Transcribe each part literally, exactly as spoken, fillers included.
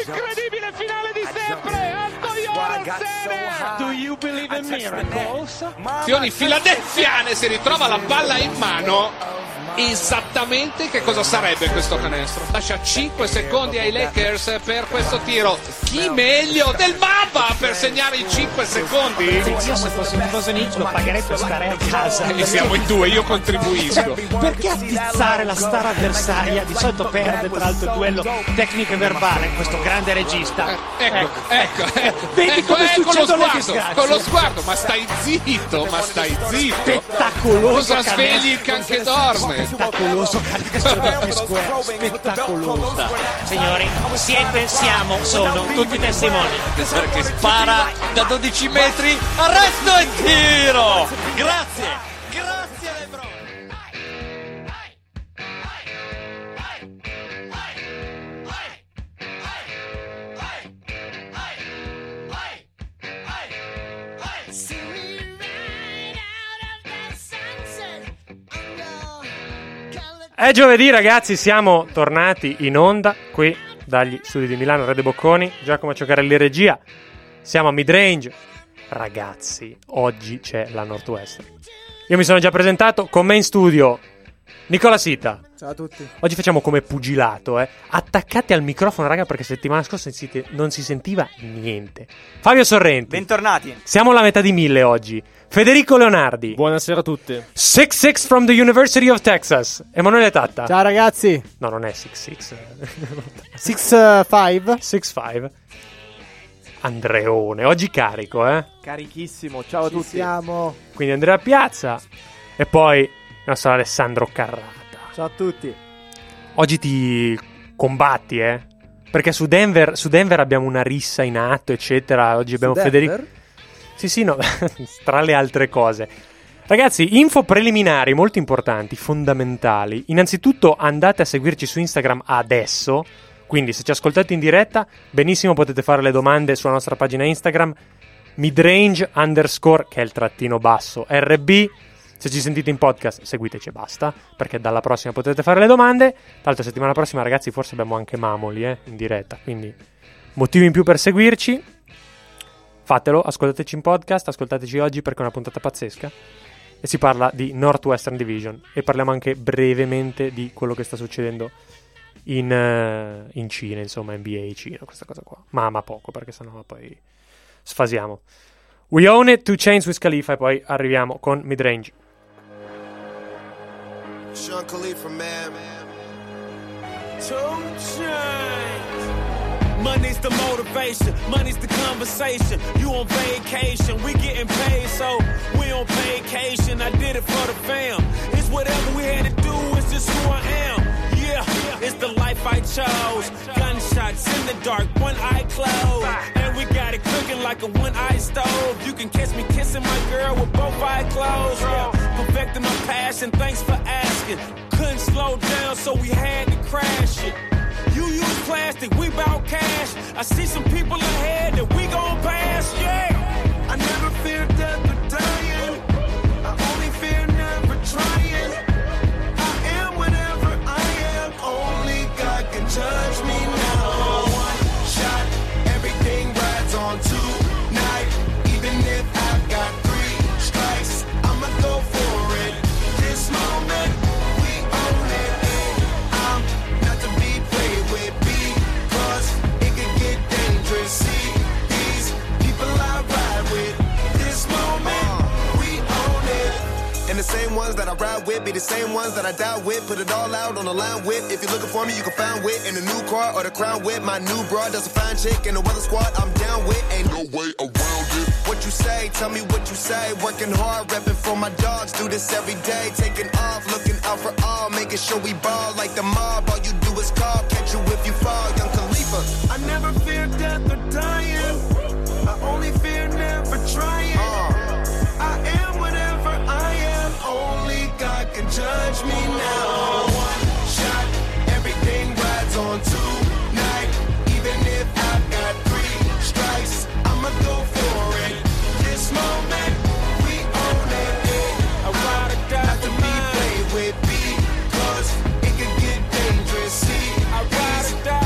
incredibile finale di sempre. Antonio Arsene. Do you believe in miracles? Azioni filadelfiane, si ritrova la palla in mano. Esattamente che cosa sarebbe questo canestro? Lascia cinque secondi ai Lakers per questo tiro. Chi meglio del Baba per segnare i cinque secondi? Io se fossi un tifoso Knicks lo pagherei per stare a casa. E siamo in due, io contribuisco. Perché attizzare la star avversaria? Di solito perde tra l'altro il duello tecnico e verbale, questo grande regista. Eh, ecco, ecco, ecco, Vedi ecco, come ecco lo succedono le sguardo, disgrazie. con lo sguardo, ma stai zitto, ma stai zitto. Spettacoloso Cosa svegli il can che dorme? Spettacoloso canestro, spettacolosa. Signori, siete, siamo, sono tutti testimoni. Perché spara da dodici metri, arresto e tiro. Grazie, grazie LeBron. È giovedì, ragazzi, siamo tornati in onda qui dagli studi di Milano, Rede Bocconi, Giacomo Ciocarelli regia. Siamo a Midrange. Ragazzi, oggi c'è la Northwestern. Io mi sono già presentato, con me in studio Nicola Sita. Ciao a tutti. Oggi facciamo come pugilato, eh. Attaccati al microfono, raga, perché settimana scorsa non si sentiva niente. Fabio Sorrenti. Bentornati. Siamo alla metà di mille oggi. Federico Leonardi. Buonasera a tutti. six six from the University of Texas. Emanuele Tatta. Ciao ragazzi. No, non è six six. six five. six five. Andreone. Oggi carico, eh. Carichissimo. Ciao a Ci tutti. siamo. Quindi Andrea Piazza. E poi il nostro Alessandro Carrata. Ciao a tutti. Oggi ti combatti, eh. Perché su Denver, su Denver abbiamo una rissa in atto, eccetera. Oggi abbiamo Su Federico. Denver? Sì, sì, no, tra le altre cose. Ragazzi, info preliminari molto importanti, fondamentali. Innanzitutto andate a seguirci su Instagram adesso, quindi se ci ascoltate in diretta, benissimo potete fare le domande sulla nostra pagina Instagram, midrange underscore, che è il trattino basso, R B. Se ci sentite in podcast, seguiteci e basta, perché dalla prossima potete fare le domande. Tra l'altro settimana prossima, ragazzi, forse abbiamo anche Mamoli, eh, in diretta, quindi motivi in più per seguirci. Fatelo, ascoltateci in podcast, ascoltateci oggi perché è una puntata pazzesca e si parla di Northwestern Division e parliamo anche brevemente di quello che sta succedendo in, uh, in Cina, insomma N B A Cina, questa cosa qua, ma, ma poco perché sennò poi sfasiamo. We Own It, Two Chainz, Wiz Khalifa e poi arriviamo con Midrange. Sean Khalifa, man. Two Chainz. Money's the motivation, money's the conversation. You on vacation, we getting paid, so we on vacation. I did it for the fam. It's whatever we had to do, it's just who I am. Yeah, it's the life I chose. Gunshots in the dark, one eye closed. And we got it cooking like a one-eye stove. You can catch me kissing my girl with both eyes closed. Yeah, perfecting my passion, thanks for asking. Couldn't slow down, so we had to crash it. You use plastic, we bout cash. I see some people ahead that we gon' pass, yeah. I never fear death or dying. I only fear never trying. I am whatever I am. Only God can judge me now. One shot, everything rides on tonight. Even if I've got three strikes, I'ma go for it. This moment, we own it. I'm not to be played with because it could get dangerous. See these people I ride with. This moment, we own it. And the same ones that I ride with be the same ones that I die with. Put it all out on the line with. If you're looking for me, you can find wit in the new car or the crown with. My new broad does a fine chick in the weather squad. I'm down with. Ain't no way around it. What you say? Tell me what you say. Working hard, repping for my dogs. Do this every day. Taking off, looking out for all. Making sure we ball like the mob. All you do is call. Catch you if you fall. Young Khalifa. I never fear death or dying. I only fear never trying. Uh. I am whatever I am. Only God can judge me now. One shot, everything rides on tonight. Even if I've got three strikes, I'ma go for it. This moment, we own it. I ride or die not to be played with because it could get dangerous. See, I ride or die.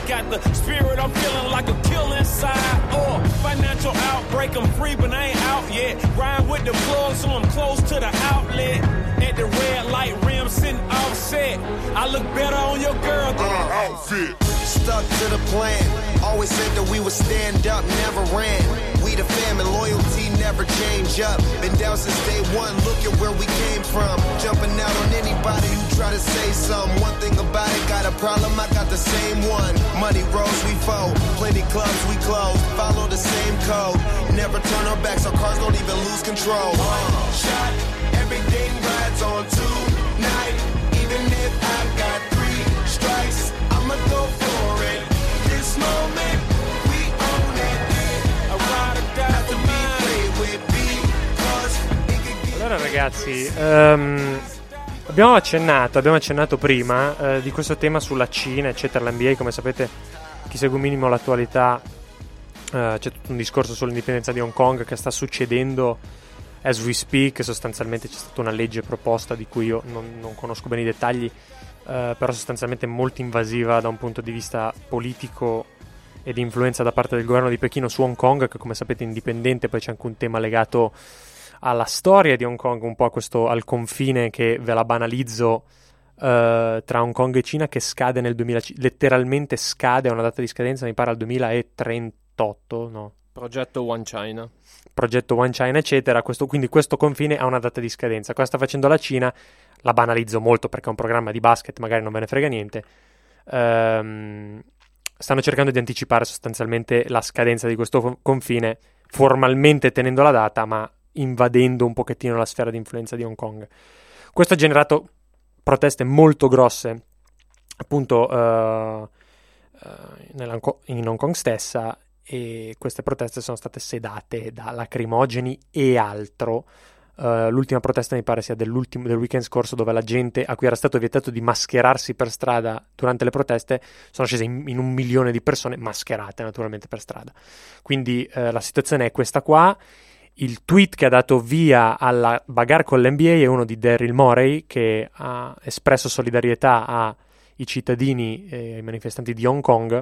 got the spirit, I'm feeling like a kill inside. Or financial outbreak, I'm free, but I ain't out yet. Ride with the plug, so I'm close to the outlet. At the red light rim, sitting offset. I look better on your girl than an outfit. Stuck to the plan. Always said that we would stand up, never ran. We the fam and loyalty never change up. Been down since day one, look at where we came from. Jumping out on anybody who try to say something. One thing about it, got a problem, I got the same one. Money rolls, we fold. Plenty clubs, we close. Follow the same code. Never turn our backs, our cars don't even lose control. One shot, everything rides on tonight. Even if I got three strikes, I'ma go for it. This moment, we own it. I ride or die to be played with because it could get. Allora ragazzi, ehm, abbiamo accennato, abbiamo accennato prima eh, di questo tema sulla Cina, eccetera. L'N B A, come sapete, chi segue un minimo l'attualità, eh, c'è tutto un discorso sull'indipendenza di Hong Kong che sta succedendo as we speak. Sostanzialmente c'è stata una legge proposta di cui io non, non conosco bene i dettagli, Uh, però sostanzialmente molto invasiva da un punto di vista politico e di influenza da parte del governo di Pechino su Hong Kong, che come sapete è indipendente. Poi c'è anche un tema legato alla storia di Hong Kong, un po' a questo, al confine, che ve la banalizzo, uh, tra Hong Kong e Cina, che scade nel duemila, letteralmente scade a una data di scadenza, mi pare al duemilatrentotto, no? Progetto One China. Progetto One China, eccetera. Questo, quindi questo confine ha una data di scadenza. Cosa sta facendo la Cina? La banalizzo molto perché è un programma di basket, magari non ve ne frega niente. Ehm, stanno cercando di anticipare sostanzialmente la scadenza di questo confine, formalmente tenendo la data, ma invadendo un pochettino la sfera di influenza di Hong Kong. Questo ha generato proteste molto grosse, appunto, uh, uh, in Hong Kong stessa, e queste proteste sono state sedate da lacrimogeni e altro. Uh, l'ultima protesta mi pare sia dell'ultimo, del weekend scorso, dove la gente a cui era stato vietato di mascherarsi per strada durante le proteste sono scese in, in un milione di persone mascherate naturalmente per strada. Quindi uh, la situazione è questa qua. Il tweet che ha dato via alla bagarre con l'N B A è uno di Daryl Morey, che ha espresso solidarietà ai cittadini e ai manifestanti di Hong Kong.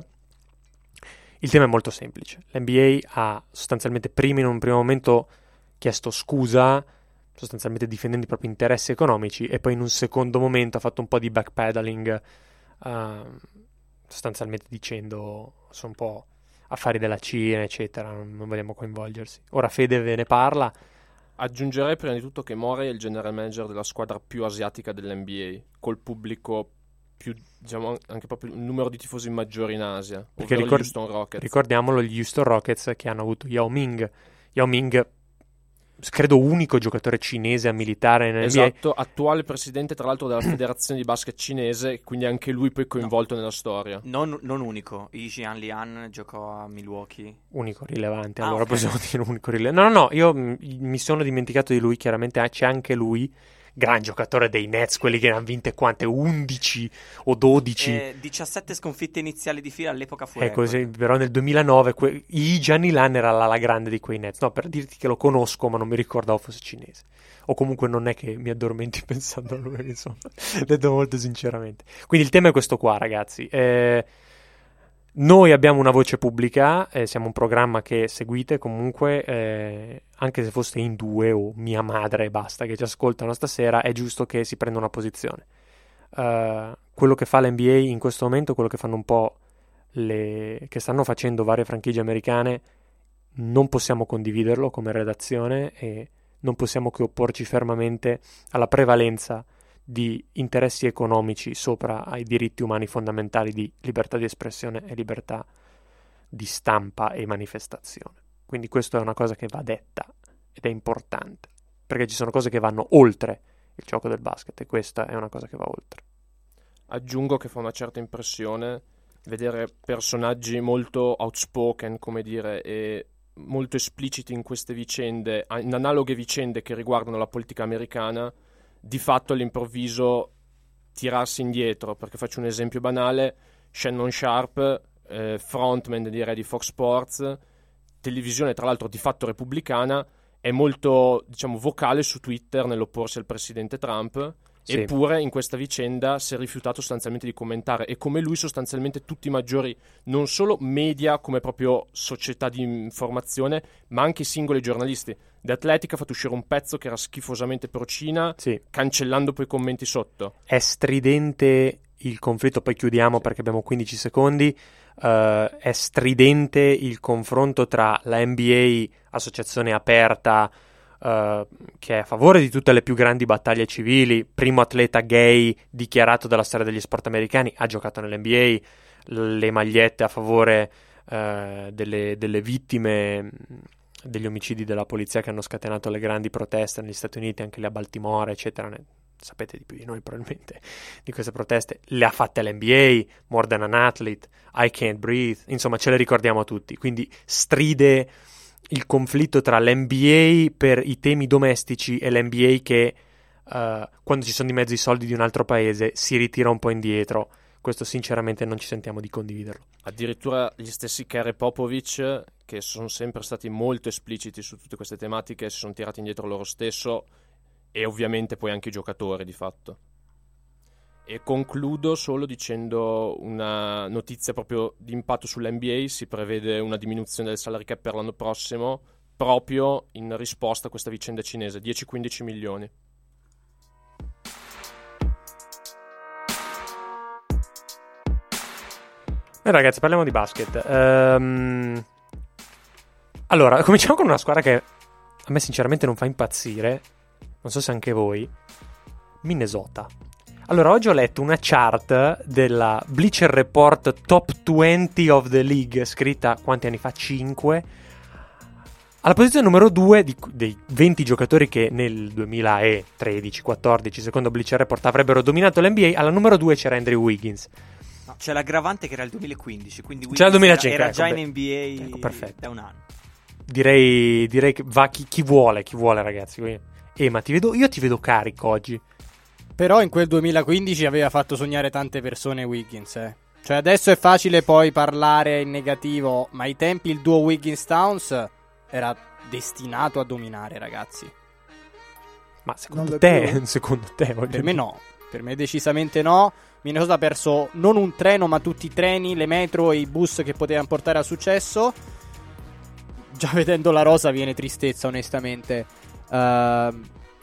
Il tema è molto semplice. L'N B A ha sostanzialmente prima, in un primo momento, chiesto scusa, sostanzialmente difendendo i propri interessi economici, e poi in un secondo momento ha fatto un po' di backpedaling, uh, sostanzialmente dicendo sono un po' affari della Cina, eccetera, non, non vogliamo coinvolgersi. Ora Fede ve ne parla. Aggiungerei prima di tutto che Morey è il general manager della squadra più asiatica dell'N B A, col pubblico più, diciamo, anche proprio il numero di tifosi maggiori in Asia, perché ricord- ricord- gli Houston Rockets. Ricordiamolo, gli Houston Rockets, che hanno avuto Yao Ming. Yao Ming, credo unico giocatore cinese a militare nel esatto, N B A. Attuale presidente tra l'altro della federazione di basket cinese, quindi anche lui poi coinvolto no. nella storia. Non, non unico, Yi Jianlian giocò a Milwaukee. Unico rilevante, ah, allora okay. possiamo dire unico rilevante. No, no, no, io m- mi sono dimenticato di lui, chiaramente c'è anche lui, gran giocatore dei Nets, quelli che ne hanno vinte quante? undici o dodici? Eh, diciassette sconfitte iniziali di fila, all'epoca fu ecco, record. sì, però nel duemilanove que- Yi Jianlian era la, la grande di quei Nets. No, per dirti che lo conosco, ma non mi ricordavo fosse cinese. O comunque non è che mi addormenti pensando a lui, insomma. Detto molto sinceramente. Quindi il tema è questo qua, ragazzi. Eh, noi abbiamo una voce pubblica, eh, siamo un programma che seguite comunque, eh, anche se foste in due o mia madre e basta che ci ascoltano stasera, è giusto che si prenda una posizione. Uh, quello che fa l'N B A in questo momento, quello che fanno un po' le che stanno facendo varie franchigie americane, non possiamo condividerlo come redazione e non possiamo che opporci fermamente alla prevalenza di interessi economici sopra ai diritti umani fondamentali di libertà di espressione e libertà di stampa e manifestazione. Quindi questo è una cosa che va detta ed è importante, perché ci sono cose che vanno oltre il gioco del basket e questa è una cosa che va oltre. Aggiungo che fa una certa impressione vedere personaggi molto outspoken, come dire, e molto espliciti in queste vicende, in analoghe vicende che riguardano la politica americana, di fatto all'improvviso tirarsi indietro. Perché faccio un esempio banale: Shannon Sharp, eh, frontman direi di Fox Sports, televisione tra l'altro di fatto repubblicana, è molto, diciamo, vocale su Twitter nell'opporsi al presidente Trump Sì. Eppure in questa vicenda si è rifiutato sostanzialmente di commentare, e come lui sostanzialmente tutti i maggiori, non solo media come proprio società di informazione, ma anche i singoli giornalisti. The Athletic ha fatto uscire un pezzo che era schifosamente pro-Cina, Sì. cancellando poi i commenti sotto. È stridente il conflitto, poi chiudiamo perché abbiamo quindici secondi. Uh, è stridente il confronto tra la N B A, associazione aperta, uh, che è a favore di tutte le più grandi battaglie civili, primo atleta gay dichiarato dalla storia degli sport americani, ha giocato nell'N B A, le magliette a favore uh, delle, delle vittime degli omicidi della polizia che hanno scatenato le grandi proteste negli Stati Uniti, anche lì a Baltimora, eccetera. Ne sapete di più di noi probabilmente di queste proteste. Le ha fatte l'N B A, More Than an Athlete, I Can't Breathe, insomma ce le ricordiamo tutti. Quindi stride il conflitto tra l'N B A per i temi domestici e l'N B A che uh, quando ci sono di mezzo i soldi di un altro paese si ritira un po' indietro. Questo sinceramente non ci sentiamo di condividerlo. Addirittura gli stessi Kerr e Popovich, che sono sempre stati molto espliciti su tutte queste tematiche, si sono tirati indietro loro stesso, e ovviamente poi anche i giocatori di fatto. E concludo solo dicendo una notizia proprio di impatto sull'N B A: si prevede una diminuzione del salary cap per l'anno prossimo proprio in risposta a questa vicenda cinese, dieci quindici milioni. Eh, ragazzi, parliamo di basket. Um... Allora, cominciamo con una squadra che a me sinceramente non fa impazzire, non so se anche voi. Minnesota. Allora, oggi ho letto una chart della Bleacher Report Top venti of the League, scritta quanti anni fa? cinque. Alla posizione numero due di, dei venti giocatori che nel duemilatredici quattordici, secondo Bleacher Report, avrebbero dominato l'N B A, alla numero due c'era Andrew Wiggins. No, c'è l'aggravante che era il duemilaquindici, quindi C'era il duemilacinque, era, era ecco, già in N B A ecco, perfetto. da un anno. Direi, direi che va chi, chi vuole, chi vuole, ragazzi. Eh, ma ti vedo, io ti vedo carico oggi. Però in quel duemilaquindici aveva fatto sognare tante persone Wiggins, eh. Cioè adesso è facile poi parlare in negativo, ma ai tempi il duo Wiggins-Towns era destinato a dominare, ragazzi. Ma secondo te, secondo te Per dire. me no, per me decisamente no. Minnesota ha perso non un treno, ma tutti i treni, le metro e i bus che potevano portare al successo. Già vedendo la rosa viene tristezza, onestamente. Uh,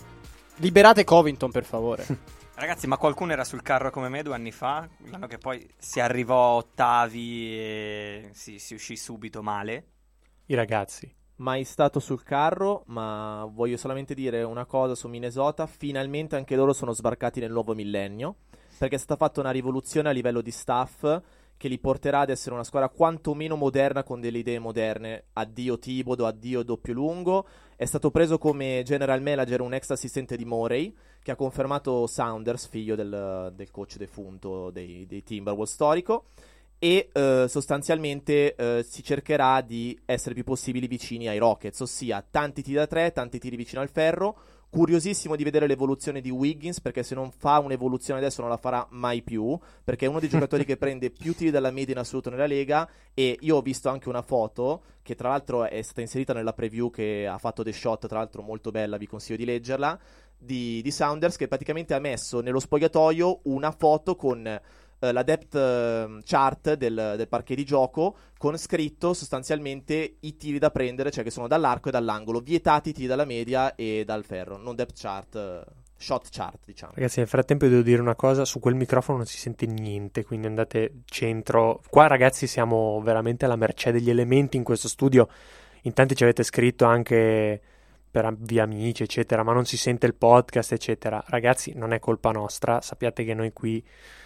liberate Covington, per favore. Ragazzi, ma qualcuno era sul carro come me due anni fa, l'anno che poi si arrivò a ottavi e si, si uscì subito male? I ragazzi. Mai stato sul carro, ma voglio solamente dire una cosa su Minnesota: finalmente anche loro sono sbarcati nel nuovo millennio, perché è stata fatta una rivoluzione a livello di staff che li porterà ad essere una squadra quantomeno moderna, con delle idee moderne. Addio Thibodeau, addio doppio lungo. È stato preso come general manager un ex assistente di Morey, che ha confermato Saunders, figlio del, del coach defunto dei, dei Timberwolves storico, e eh, sostanzialmente eh, si cercherà di essere più possibili vicini ai Rockets, ossia tanti tiri da tre, tanti tiri vicino al ferro. Curiosissimo di vedere l'evoluzione di Wiggins, perché se non fa un'evoluzione adesso non la farà mai più, perché è uno dei giocatori che prende più tiri dalla media in assoluto nella Lega. E io ho visto anche una foto che tra l'altro è stata inserita nella preview che ha fatto The Shot, tra l'altro molto bella, vi consiglio di leggerla, di, di Saunders, che praticamente ha messo nello spogliatoio una foto con la depth uh, chart del, del parquet di gioco, con scritto sostanzialmente i tiri da prendere, cioè che sono dall'arco e dall'angolo, vietati i tiri dalla media e dal ferro, non depth chart, uh, shot chart, diciamo. Ragazzi, nel frattempo devo dire una cosa: su quel microfono non si sente niente, quindi andate centro. Qua, ragazzi, siamo veramente alla mercé degli elementi in questo studio. In tanti ci avete scritto anche per via amici, eccetera, ma non si sente il podcast, eccetera. Ragazzi, non è colpa nostra, sappiate che noi qui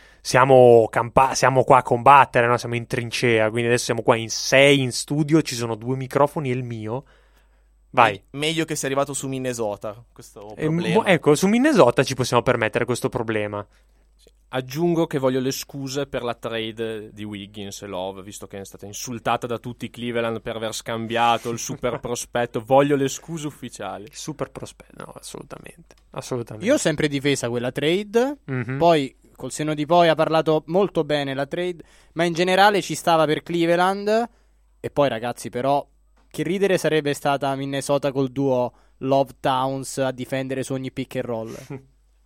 Siamo, campa- siamo qua a combattere, no? Siamo in trincea, quindi adesso siamo qua in sei in studio, ci sono due microfoni e il mio. Vai. Me- meglio che sia arrivato su Minnesota questo E, problema. mo- ecco, su Minnesota ci possiamo permettere questo problema. Aggiungo che voglio le scuse per la trade di Wiggins e Love, visto che è stata insultata da tutti i Cleveland per aver scambiato il super prospetto. Voglio le scuse ufficiali. Super prospetto, no, assolutamente. assolutamente. Io ho sempre difesa quella trade, mm-hmm. Poi col senno di poi ha parlato molto bene la trade, ma in generale ci stava per Cleveland. E poi, ragazzi, però che ridere sarebbe stata Minnesota col duo Love Towns a difendere su ogni pick and roll.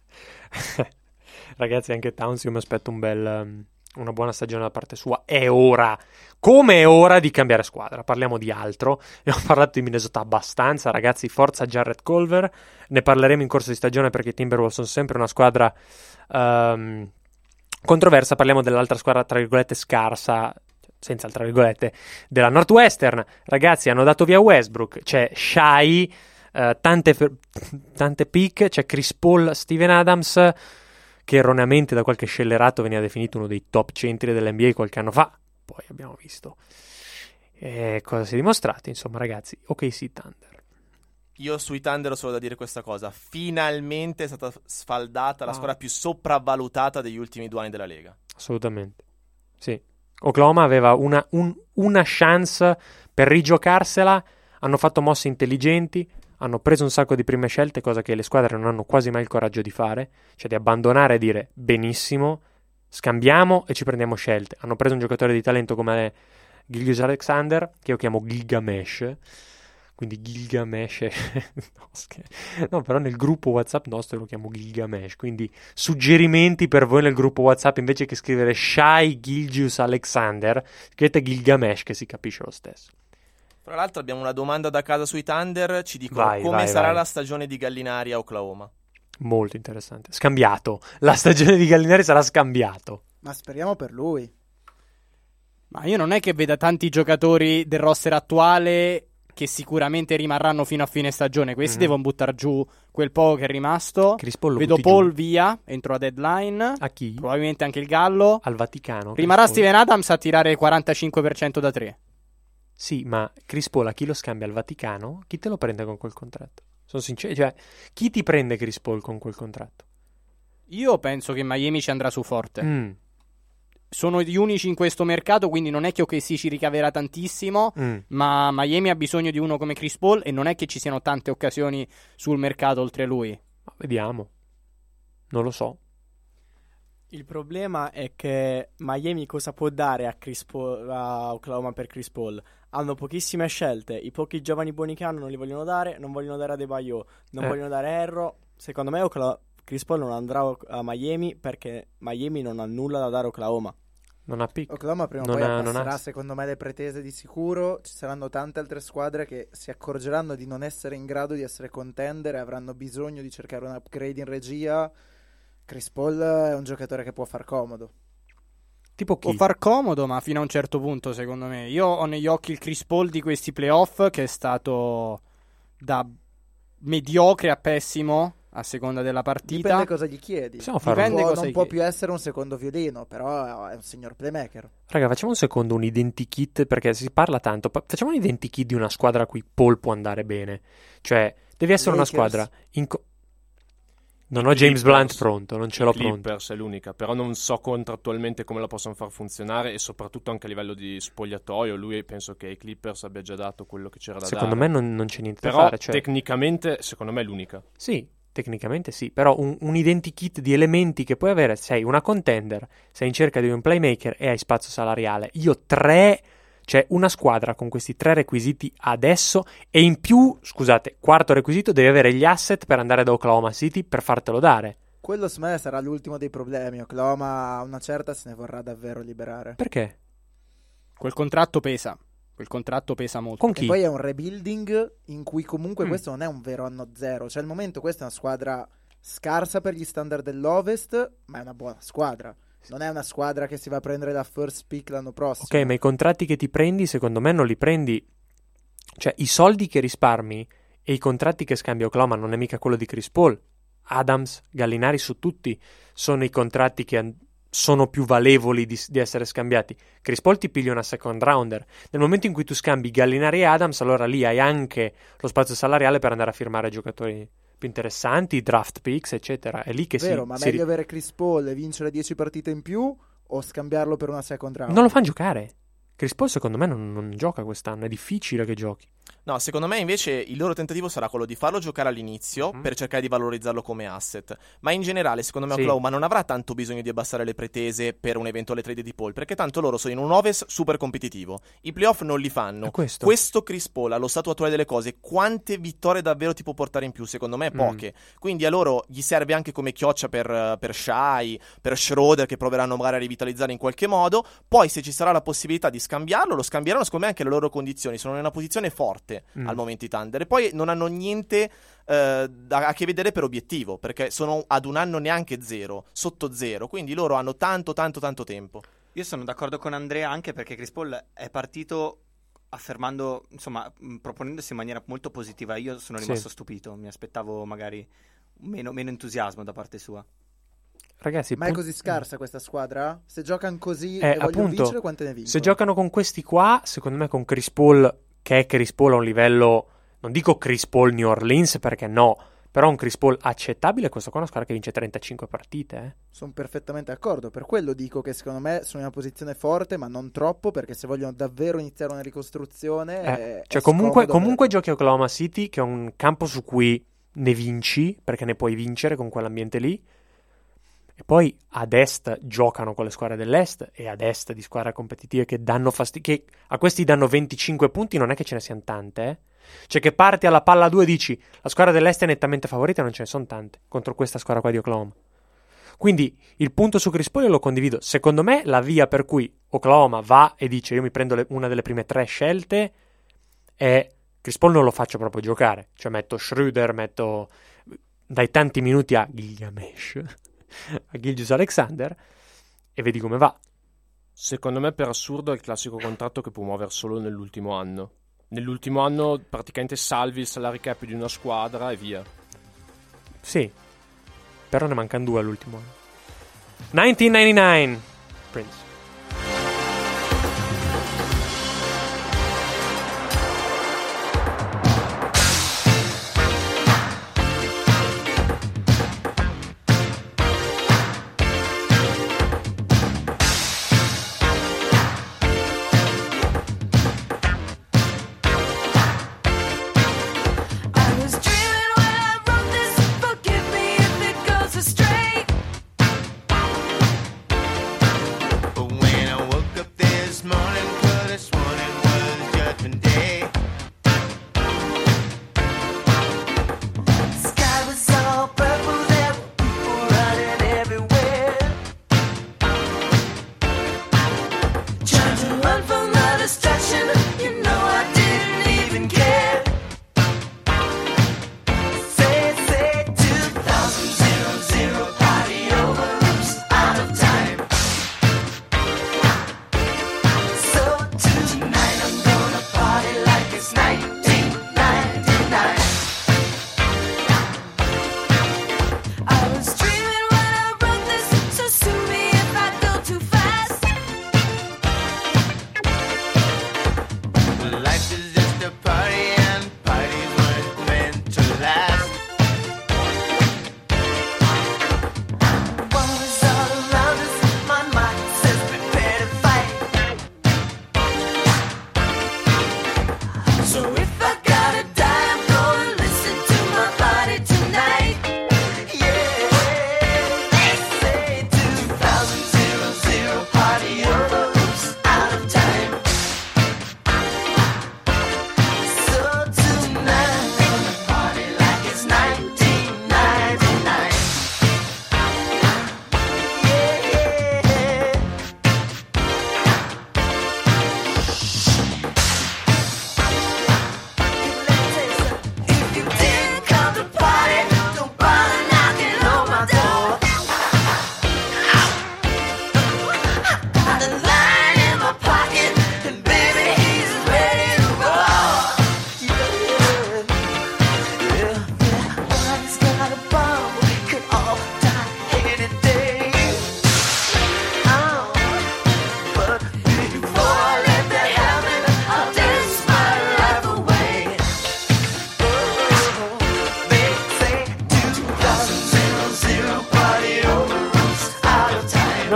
Ragazzi, anche Towns io mi aspetto un bel, um, una buona stagione da parte sua. È ora, come è ora di cambiare squadra. Parliamo di altro. Abbiamo parlato di Minnesota abbastanza, ragazzi. Forza Jarrett Culver. Ne parleremo in corso di stagione perché i Timberwolves sono sempre una squadra um, controversa. Parliamo dell'altra squadra, tra virgolette, scarsa, senza tra virgolette, della Northwestern. Ragazzi, hanno dato via Westbrook. C'è Shai, uh, tante, tante pick. C'è Chris Paul, Steven Adams, che erroneamente da qualche scellerato veniva definito uno dei top centri dell'N B A qualche anno fa. Poi abbiamo visto eh, cosa si è dimostrato. Insomma, ragazzi, O K C Thunder. Io sui Thunder ho solo da dire questa cosa. Finalmente è stata sfaldata la Ah. squadra più sopravvalutata degli ultimi due anni della Lega. Assolutamente. Sì. Oklahoma aveva una, un- una chance per rigiocarsela. Hanno fatto mosse intelligenti. Hanno preso un sacco di prime scelte, cosa che le squadre non hanno quasi mai il coraggio di fare, cioè di abbandonare e dire benissimo, scambiamo e ci prendiamo scelte. Hanno preso un giocatore di talento come Gilgeous Alexander, che io chiamo Gilgamesh, quindi Gilgamesh, no, scher- no, però nel gruppo WhatsApp nostro lo chiamo Gilgamesh, quindi suggerimenti per voi nel gruppo WhatsApp, invece che scrivere Shai Gilgeous Alexander, scrivete Gilgamesh che si capisce lo stesso. Tra l'altro abbiamo una domanda da casa sui Thunder, ci dicono Vai, come vai, sarà vai. la stagione di Gallinari a Oklahoma. Molto interessante. Scambiato. La stagione di Gallinari sarà scambiato. Ma speriamo per lui. Ma io non è che veda tanti giocatori del roster attuale che sicuramente rimarranno fino a fine stagione. Questi Mhm. devono buttare giù quel poco che è rimasto. Chris Paul lo Vedo butti Paul giù. via entro la deadline. A chi? Probabilmente anche il Gallo. Al Vaticano. Rimarrà Chris Paul. Steven Adams a tirare il quarantacinque per cento da tre. Sì, ma Chris Paul a chi lo scambia al Vaticano? Chi te lo prende con quel contratto? Sono sincero, cioè, chi ti prende Chris Paul con quel contratto? Io penso che Miami ci andrà su forte. Mm, Sono gli unici in questo mercato, quindi non è che O K C ci ricaverà tantissimo, mm. ma Miami ha bisogno di uno come Chris Paul e non è che ci siano tante occasioni sul mercato oltre lui. Ma vediamo. Non lo so. Il problema è che Miami cosa può dare a, Chris Paul, a Oklahoma per Chris Paul? Hanno pochissime scelte, i pochi giovani buoni che hanno non li vogliono dare, non vogliono dare a Adebayo, non Eh. vogliono dare a Herro. Secondo me Okla- Chris Paul non andrà a Miami perché Miami non ha nulla da dare a Oklahoma. Non ha pick. Oklahoma prima o Non poi ha- non abbasserà ha- secondo me le pretese di sicuro. Ci saranno tante altre squadre che si accorgeranno di non essere in grado di essere contender e avranno bisogno di cercare un upgrade in regia. Chris Paul è un giocatore che può far comodo. Tipo Può chi? far comodo, ma fino a un certo punto, secondo me. Io ho negli occhi il Chris Paul di questi playoff, che è stato da mediocre a pessimo a seconda della partita. Dipende cosa gli chiedi. Possiamo fare Dipende Può- cosa non gli può chiedi. più essere un secondo violino, però è un signor playmaker. Raga, facciamo un secondo un identikit, perché si parla tanto. Pa- facciamo un identikit di una squadra a cui Paul può andare bene. Cioè, devi essere Lakers. una squadra... in co- non ho I James Clippers. Blunt pronto, non ce l'ho I pronto. Clippers è l'unica, però non so contrattualmente come la possono far funzionare e soprattutto anche a livello di spogliatoio. Lui penso che ai Clippers abbia già dato quello che c'era da Secondo dare. me non, non c'è niente Però da fare. Cioè... tecnicamente secondo me è l'unica. Sì, tecnicamente sì, però un, un identikit di elementi che puoi avere, sei una contender, sei in cerca di un playmaker e hai spazio salariale. Io tre, cioè una squadra con questi tre requisiti adesso e in più, scusate, quarto requisito, devi avere gli asset per andare da Oklahoma City per fartelo dare. Quello secondo me sarà l'ultimo dei problemi. Oklahoma a una certa se ne vorrà davvero liberare. Perché? Quel contratto pesa. Quel contratto pesa molto. Con E chi? poi è un rebuilding in cui comunque Mm. questo non è un vero anno zero. Cioè al momento questa è una squadra scarsa per gli standard dell'Ovest, ma è una buona squadra. Non è una squadra che si va a prendere la first pick l'anno prossimo. Ok, ma i contratti che ti prendi, secondo me non li prendi... Cioè, i soldi che risparmi e i contratti che scambia Oklahoma non è mica quello di Chris Paul. Adams, Gallinari, su tutti sono i contratti che an- sono più valevoli di, di essere scambiati. Chris Paul ti piglia una second rounder. Nel momento in cui tu scambi Gallinari e Adams, allora lì hai anche lo spazio salariale per andare a firmare giocatori più interessanti, draft picks, eccetera. È lì che Vero, si... ma si meglio ri- avere Chris Paul e vincere dieci partite in più o scambiarlo per una second round? Non lo fanno giocare. Chris Paul secondo me non, non gioca quest'anno, è difficile che giochi. No, secondo me invece il loro tentativo sarà quello di farlo giocare all'inizio Mm. per cercare di valorizzarlo come asset. Ma in generale, secondo me, Sì. Oklahoma non avrà tanto bisogno di abbassare le pretese per un eventuale trade di Paul, perché tanto loro sono in un Ovest super competitivo. I playoff non li fanno. È questo. Questo Chris Paul, allo stato attuale delle cose, quante vittorie davvero ti può portare in più? Secondo me poche. Quindi a loro gli serve anche come chioccia per, per Shai, per Schroeder, che proveranno magari a rivitalizzare in qualche modo. Poi se ci sarà la possibilità di scambiarlo, lo scambieranno secondo me anche le loro condizioni. Sono in una posizione forte Mm. al momento i Thunder. E poi non hanno niente eh, da, a che vedere per obiettivo, perché sono ad un anno neanche zero, sotto zero. Quindi loro hanno tanto tanto tanto tempo. Io sono d'accordo con Andrea anche perché Chris Paul è partito affermando, insomma, mh, proponendosi in maniera molto positiva. Io sono Sì. rimasto stupito, mi aspettavo magari meno, meno entusiasmo da parte sua. Ragazzi, Ma è pun- così scarsa questa squadra? Se giocano così Eh, e vogliono appunto, vincere, quante ne vincono? se giocano con questi qua, secondo me con Chris Paul, che è Chris Paul a un livello, non dico Chris Paul New Orleans perché no, però un Chris Paul accettabile, questo qua è una squadra che vince trentacinque partite. Eh. Sono perfettamente d'accordo. Per quello dico che secondo me sono in una posizione forte, ma non troppo, perché se vogliono davvero iniziare una ricostruzione... Eh, è- cioè è comunque, scomodo comunque giochi a Oklahoma City, che è un campo su cui ne vinci, perché ne puoi vincere con quell'ambiente lì. E poi ad est giocano con le squadre dell'est, e ad est di squadre competitive che danno fastidio, che a questi danno venticinque punti, non è che ce ne siano tante, eh. Cioè che parti alla palla due e dici la squadra dell'est è nettamente favorita, non ce ne sono tante contro questa squadra qua di Oklahoma. Quindi il punto su Chris Paul io lo condivido. Secondo me la via per cui Oklahoma va e dice io mi prendo le- una delle prime tre scelte è Chris Paul non lo faccio proprio giocare, cioè metto Schroeder, metto dai tanti minuti a Gilgamesh, a Gilgeous Alexander, e vedi come va. Secondo me per assurdo è il classico contratto che può muovere solo nell'ultimo anno. Nell'ultimo anno praticamente salvi il salary cap di una squadra e via. Sì, però ne mancano due all'ultimo anno. millenovecentonovantanove, Prince. I was dreaming when I wrote this. Forgive me if it goes astray.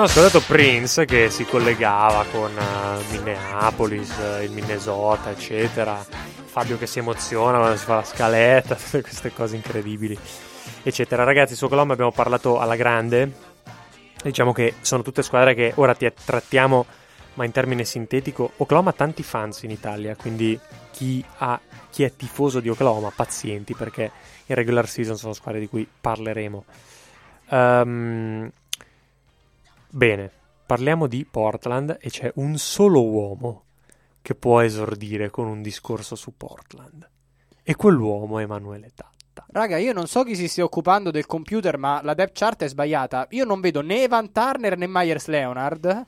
abbiamo ascoltato Prince che si collegava con uh, Minneapolis, uh, il Minnesota, eccetera. Fabio che si emoziona quando si fa la scaletta, tutte queste cose incredibili, eccetera. Ragazzi, su Oklahoma abbiamo parlato alla grande. Diciamo che sono tutte squadre che ora ti trattiamo, ma in termine sintetico. Oklahoma ha tanti fans in Italia, quindi chi, ha, chi è tifoso di Oklahoma, pazienti, perché in regular season sono squadre di cui parleremo. Um, bene, parliamo di Portland e c'è un solo uomo che può esordire con un discorso su Portland, e quell'uomo è Emanuele Tatta. Raga, io non so chi si stia occupando del computer, ma la depth chart è sbagliata. Io non vedo né Evan Turner né Myers Leonard.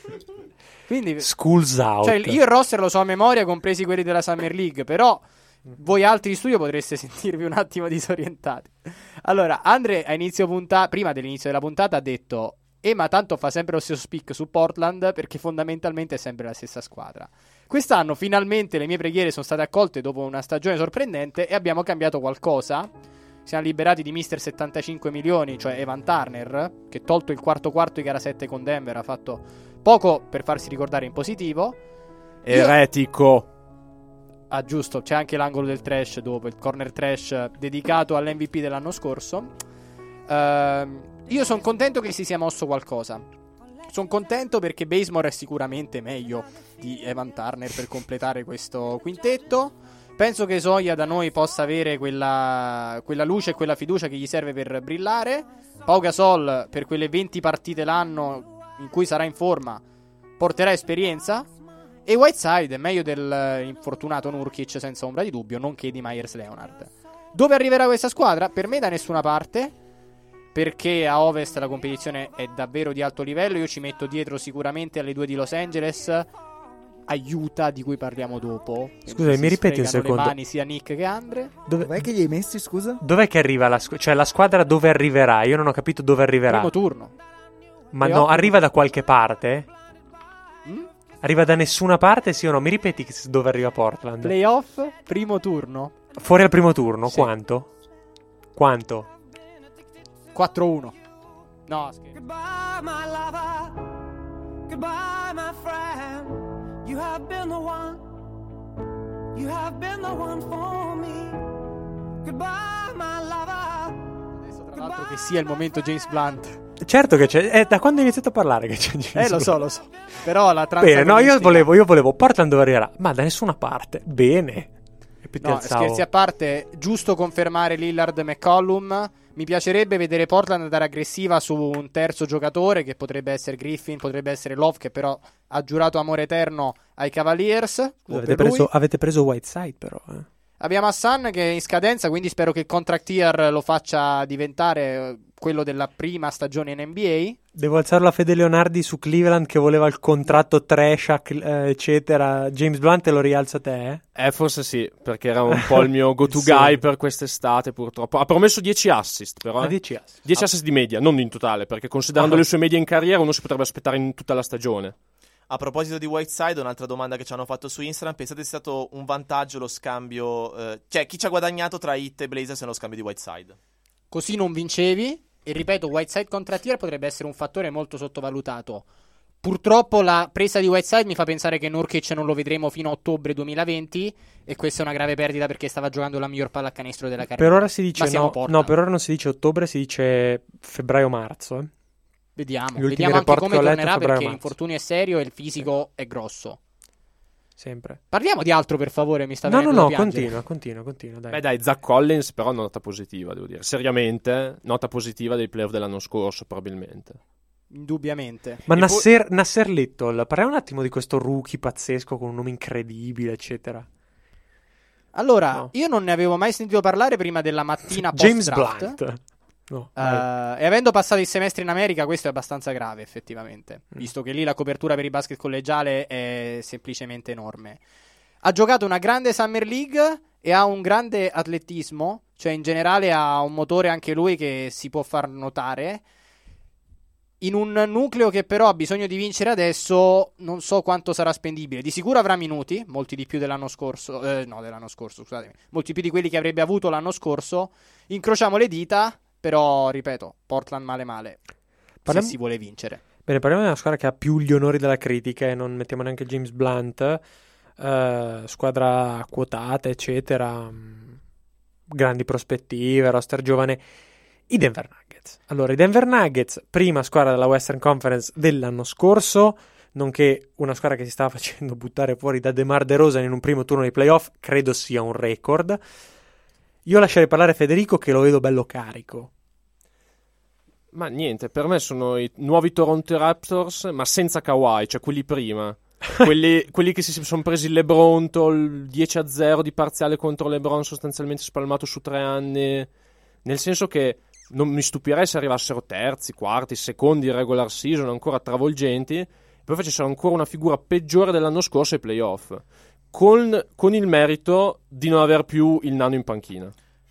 Quindi Schools out. Cioè, io il roster lo so a memoria, compresi quelli della Summer League, però voi altri in studio potreste sentirvi un attimo disorientati. Allora, Andre a inizio puntata, prima dell'inizio della puntata, ha detto: eh, ma tanto fa sempre lo stesso speak su Portland, perché fondamentalmente è sempre la stessa squadra. Quest'anno finalmente le mie preghiere sono state accolte dopo una stagione sorprendente e abbiamo cambiato qualcosa. Siamo liberati di mister settantacinque milioni, cioè Evan Turner, che tolto il quarto quarto di gara sette con Denver ha fatto poco per farsi ricordare in positivo. Eretico. Io... Ah, giusto, c'è anche l'angolo del trash dopo, il corner trash dedicato all'M V P dell'anno scorso. Uh, io sono contento che si sia mosso qualcosa. Sono contento perché Bazemore è sicuramente meglio di Evan Turner per completare questo quintetto. Penso che Soia da noi possa avere quella, quella luce e quella fiducia che gli serve per brillare. Pau Gasol per quelle venti partite l'anno in cui sarà in forma porterà esperienza. E Whiteside è meglio dell'infortunato Nurkic senza ombra di dubbio, nonché di Myers Leonard. Dove arriverà questa squadra? Per me da nessuna parte, perché a Ovest la competizione è davvero di alto livello. Io ci metto dietro sicuramente alle due di Los Angeles, aiuta, di cui parliamo dopo. Scusa, mi ripeti un secondo? Le mani sia Nick che Andre. Dove... Dov'è che li hai messi, scusa? Dov'è che arriva la squadra? Cioè la squadra dove arriverà? Io non ho capito dove arriverà. Primo turno. Ma no, arriva da qualche parte? Mm? Arriva da nessuna parte, sì o no? Mi ripeti dove arriva Portland? Playoff, primo turno. Fuori al primo turno, sì. Quanto? Quanto? quattro uno. No, scherzo. Goodbye, my lover. Goodbye, my friend. You have been the one. You have been the one for me. Goodbye, my lover. Adesso tra l'altro che sia il momento James Blunt. Certo che c'è, è da quando hai iniziato a parlare che c'è James Eh, lo so, lo so. Però la Bene, no, io volevo, io volevo Portland dove arriverà, ma da nessuna parte. Bene. E no, scherzi a parte, giusto confermare Lillard e McCollum. Mi piacerebbe vedere Portland andare aggressiva su un terzo giocatore, che potrebbe essere Griffin, potrebbe essere Love, che però ha giurato amore eterno ai Cavaliers. Avete preso, avete preso Whiteside però, eh. Abbiamo Hassan che è in scadenza, quindi spero che il contract year lo faccia diventare quello della prima stagione in N B A. Devo alzarlo a Fede Leonardi su Cleveland che voleva il contratto trash, eh, eccetera. James Blunt te lo rialza te, eh? Eh, forse sì, perché era un po' il mio go-to Sì. guy per quest'estate, purtroppo. Ha promesso dieci assist, però. Ah, eh. dieci assist. dieci Ah. assist di media, non in totale, perché considerando Ah. le sue medie in carriera uno si potrebbe aspettare in tutta la stagione. A proposito di Whiteside, un'altra domanda che ci hanno fatto su Instagram: pensate sia stato un vantaggio lo scambio, eh, cioè chi ci ha guadagnato tra Heat e Blazers nello scambio di Whiteside? Così non vincevi. E ripeto, Whiteside contract year potrebbe essere un fattore molto sottovalutato. Purtroppo la presa di Whiteside mi fa pensare che Nurkic non lo vedremo fino a ottobre duemilaventi, e questa è una grave perdita perché stava giocando la miglior pallacanestro della carriera. Per ora si dice Ma siamo no, Portland. no, per ora non si dice ottobre, si dice febbraio-marzo, eh. Vediamo, Gli ultimi vediamo anche report come che ho letto, tornerà, perché febbraio-marzo. l'infortunio è serio e il fisico è grosso. Sempre. Parliamo di altro, per favore, mi sta No, no, venendo no, da piangere. continua, continua, continua, dai. Beh dai, Zach Collins però nota positiva, devo dire. Seriamente, nota positiva dei playoff dell'anno scorso, probabilmente. Indubbiamente. Ma E Nasser, Nasser Little, parliamo un attimo di questo rookie pazzesco con un nome incredibile, eccetera. Allora, No. io non ne avevo mai sentito parlare prima della mattina James post-draft. Blunt. No, Uh, vai. e avendo passato il semestre in America, questo è abbastanza grave, effettivamente, Mm. visto che lì la copertura per il basket collegiale è semplicemente enorme. Ha giocato una grande Summer League e ha un grande atletismo, cioè in generale ha un motore anche lui che si può far notare. In un nucleo che però ha bisogno di vincere adesso, non so quanto sarà spendibile. Di sicuro avrà minuti, molti di più dell'anno scorso, eh, no dell'anno scorso, scusatemi, molti più di quelli che avrebbe avuto l'anno scorso. Incrociamo le dita, però ripeto, Portland male male, Parliamo- se si vuole vincere. Bene, parliamo di una squadra che ha più gli onori della critica e non mettiamo neanche James Blunt. Uh, squadra quotata, eccetera. Grandi prospettive, roster giovane. I Denver Nuggets. Allora, i Denver Nuggets, prima squadra della Western Conference dell'anno scorso, nonché una squadra che si stava facendo buttare fuori da DeMar DeRozan in un primo turno dei playoff, credo sia un record. Io lascerei parlare Federico, che lo vedo bello carico. Ma niente, per me sono i nuovi Toronto Raptors, ma senza Kawhi, cioè quelli prima. quelli, quelli che si sono presi il LeBron, il dieci a zero di parziale contro LeBron, sostanzialmente spalmato su tre anni. Nel senso che non mi stupirei se arrivassero terzi, quarti, secondi in regular season, ancora travolgenti, e poi facessero ancora una figura peggiore dell'anno scorso ai playoff, con, con il merito di non aver più il nano in panchina.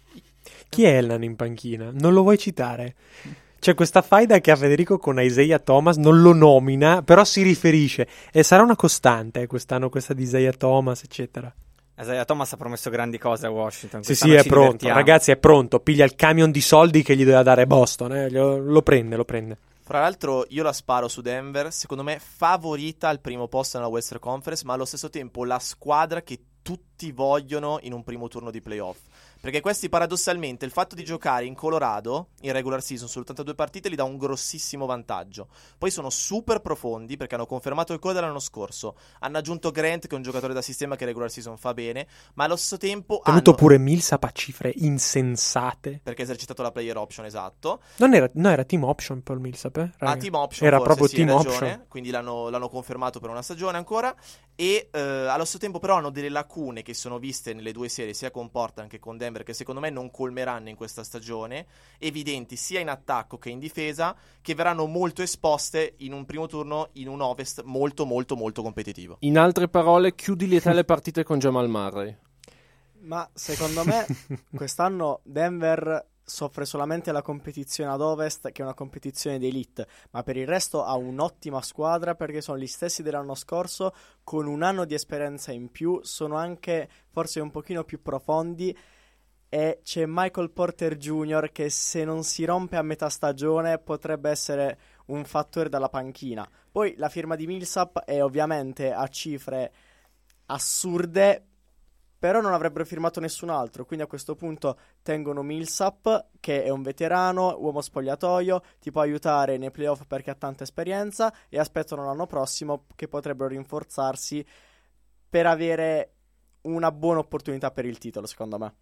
Chi è il nano in panchina? Non lo vuoi citare? C'è questa faida che ha Federico con Isaiah Thomas, non lo nomina, però si riferisce, e sarà una costante eh, quest'anno questa di Isaiah Thomas, eccetera. Isaiah Thomas ha promesso grandi cose a Washington. Sì, sì, è pronto, ragazzi, è pronto, piglia il camion di soldi che gli doveva dare Boston, eh, lo, lo prende, lo prende. Fra l'altro io la sparo su Denver, secondo me favorita al primo posto nella Western Conference, ma allo stesso tempo la squadra che tutti vogliono in un primo turno di playoff. Perché questi, paradossalmente, il fatto di giocare in Colorado in regular season su ottantadue partite gli dà un grossissimo vantaggio. Poi sono super profondi perché hanno confermato il core dell'anno scorso, hanno aggiunto Grant, che è un giocatore da sistema che in regular season fa bene, ma allo stesso tempo ha tenuto hanno... pure Millsap a cifre insensate, perché ha esercitato la player option, esatto. Non era, no, era team option Paul Millsap, eh? Ah, team option era forse, proprio sì, team ragione, option, quindi l'hanno, l'hanno confermato per una stagione ancora. E eh, allo stesso tempo però hanno delle lacune che sono viste nelle due serie, sia con Portland che con Denver, che secondo me non colmeranno in questa stagione, evidenti sia in attacco che in difesa, che verranno molto esposte in un primo turno in un Ovest molto molto molto competitivo. In altre parole, chiudi le te le partite con Jamal Murray. Ma secondo me quest'anno Denver soffre solamente la competizione ad Ovest, che è una competizione di elite, ma per il resto ha un'ottima squadra, perché sono gli stessi dell'anno scorso, con un anno di esperienza in più, sono anche forse un pochino più profondi, e c'è Michael Porter Junior che, se non si rompe a metà stagione, potrebbe essere un fattore dalla panchina. Poi la firma di Millsap è ovviamente a cifre assurde, però non avrebbero firmato nessun altro, quindi a questo punto tengono Millsap, che è un veterano, uomo spogliatoio, ti può aiutare nei playoff perché ha tanta esperienza, e aspettano l'anno prossimo che potrebbero rinforzarsi per avere una buona opportunità per il titolo, secondo me.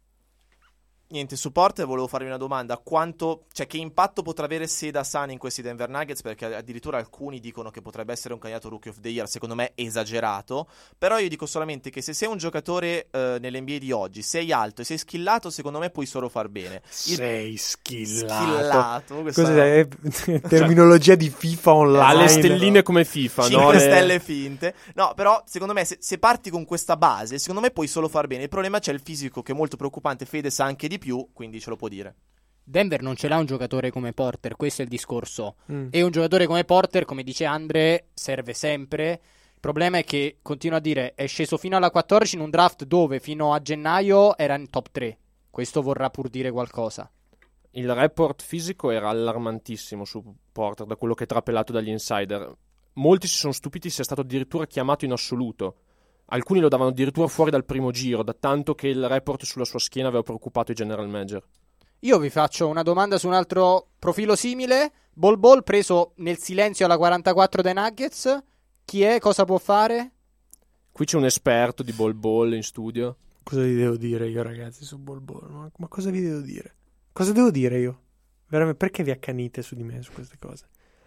Niente, su Porter volevo farvi una domanda: quanto, cioè che impatto potrà avere Seda San in questi Denver Nuggets? Perché addirittura alcuni dicono che potrebbe essere un candidato Rookie of the Year, secondo me esagerato, però io dico solamente che se sei un giocatore eh, nell'N B A di oggi, sei alto e sei skillato, secondo me puoi solo far bene. Il... Sei schillato, schillato questa... Cos'è? Terminologia di FIFA online. Ha le stelline come FIFA, cinque no? Le... stelle finte. No, però secondo me se, se parti con questa base, secondo me puoi solo far bene. Il problema c'è il fisico, che è molto preoccupante. Fede sa anche di più, quindi ce lo può dire. Denver non ce l'ha un giocatore come Porter, questo è il discorso. Mm. E un giocatore come Porter, come dice Andre, serve sempre. Il problema è che, continuo a dire, è sceso fino alla quattordici in un draft dove fino a gennaio era in top tre. Questo vorrà pur dire qualcosa. Il report fisico era allarmantissimo su Porter, da quello che è trapelato dagli insider. Molti si sono stupiti sia stato addirittura chiamato in assoluto. Alcuni lo davano addirittura fuori dal primo giro, da tanto che il report sulla sua schiena aveva preoccupato i general manager. Io vi faccio una domanda su un altro profilo simile. Bol Bol preso nel silenzio alla quarantaquattro dai Nuggets. Chi è? Cosa può fare? Qui c'è un esperto di Bol Bol in studio. Cosa vi devo dire io, ragazzi, su Bol Bol? Ma, ma cosa vi devo dire? Cosa devo dire io? Veramente, perché vi accanite su di me su queste cose?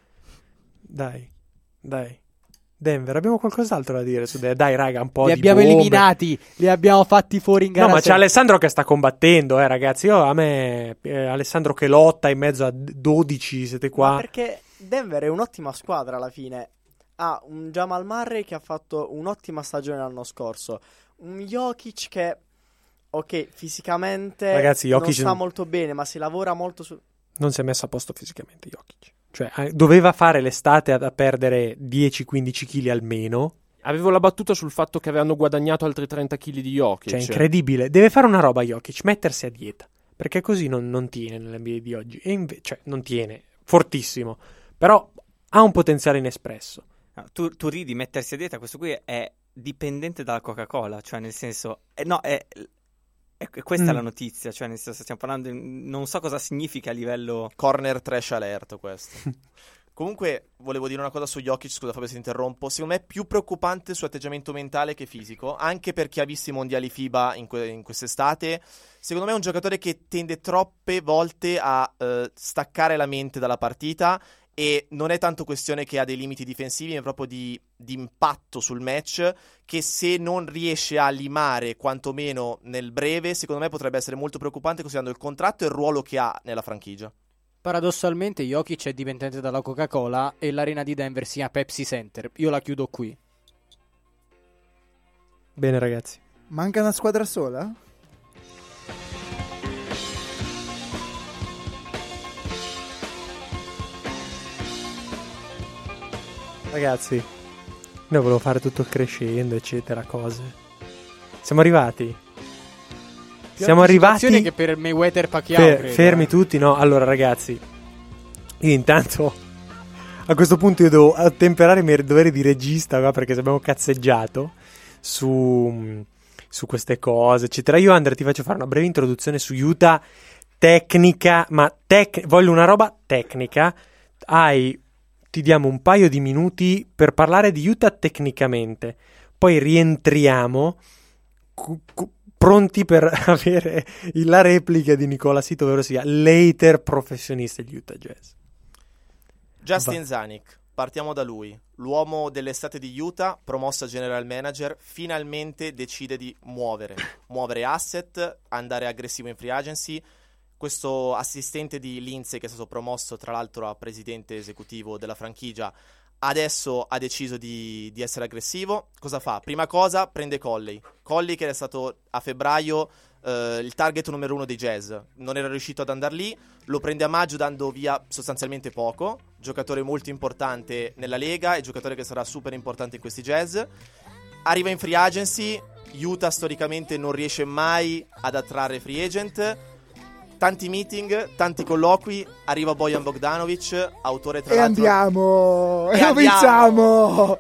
Dai, dai. Denver, abbiamo qualcos'altro da dire su Denver? Dai, raga, un po' li di abbiamo bombe. eliminati, li abbiamo fatti fuori in gara. No, ma se... c'è Alessandro che sta combattendo, eh, ragazzi. Io, a me, eh, Alessandro che lotta in mezzo a dodici, siete qua. Ma perché Denver è un'ottima squadra alla fine. Ha un Jamal Murray che ha fatto un'ottima stagione l'anno scorso. Un Jokic che, ok, fisicamente Ragazzi, Jokic non sta non... molto bene, ma si lavora molto su... Non si è messo a posto fisicamente Jokic. Cioè, eh, doveva fare l'estate a, a perdere dieci quindici chili almeno. Avevo la battuta sul fatto che avevano guadagnato altri trenta chili di Jokic. Cioè, incredibile. Deve fare una roba Jokic, mettersi a dieta. Perché così non, non tiene nell'N B A di oggi. E invece, cioè, non tiene. Fortissimo. Però ha un potenziale inespresso. No, tu, tu ridi, mettersi a dieta, questo qui è dipendente dalla Coca-Cola, cioè nel senso, eh, no, è, è, è questa Mm. è la notizia, cioè nel senso stiamo parlando, di- non so cosa significa a livello... Corner trash alert questo. Comunque volevo dire una cosa su Jokic, scusa Fabio se ti interrompo, secondo me è più preoccupante il suo atteggiamento mentale che fisico, anche per chi ha visto i mondiali FIBA in, que- in quest'estate. Secondo me è un giocatore che tende troppe volte a eh, staccare la mente dalla partita, e non è tanto questione che ha dei limiti difensivi, ma proprio di, di impatto sul match, che se non riesce a limare quantomeno nel breve, secondo me potrebbe essere molto preoccupante considerando il contratto e il ruolo che ha nella franchigia. Paradossalmente Jokic è dipendente dalla Coca-Cola e l'arena di Denver si chiama Pepsi Center. Io la chiudo qui. Bene ragazzi. Manca una squadra sola? Ragazzi, noi volevo fare tutto il crescendo, eccetera, cose. Siamo arrivati. Più Siamo arrivati. anticipazioni che per Mayweather Pacquiao, Fer- credo, fermi eh. tutti, no? Allora, ragazzi, io intanto a questo punto io devo attemperare i miei doveri di regista, qua, perché se abbiamo cazzeggiato su, su queste cose, eccetera. Io, Andrea, ti faccio fare una breve introduzione su Utah, tecnica, ma tec- voglio una roba tecnica. Hai Ti diamo un paio di minuti per parlare di Utah tecnicamente, poi rientriamo cu- cu- pronti per avere la replica di Nicola Sito, ovvero sia l'hater professionista di Utah Jazz. Justin Va. Zanik, partiamo da lui. L'uomo dell'estate di Utah, promosso a general manager, finalmente decide di muovere, muovere asset, andare aggressivo in free agency. Questo assistente di Lindsay, che è stato promosso tra l'altro a presidente esecutivo della franchigia, adesso ha deciso di, di essere aggressivo. Cosa fa? Prima cosa, prende Conley. Conley che era stato a febbraio eh, il target numero uno dei Jazz. Non era riuscito ad andare lì, lo prende a maggio dando via sostanzialmente poco. Giocatore molto importante nella Lega e giocatore che sarà super importante in questi Jazz. Arriva in free agency, Utah storicamente non riesce mai ad attrarre free agent. Tanti meeting, tanti colloqui, arriva Bojan Bogdanovic, autore tra E l'altro... andiamo! E E lo andiamo! vinciamo!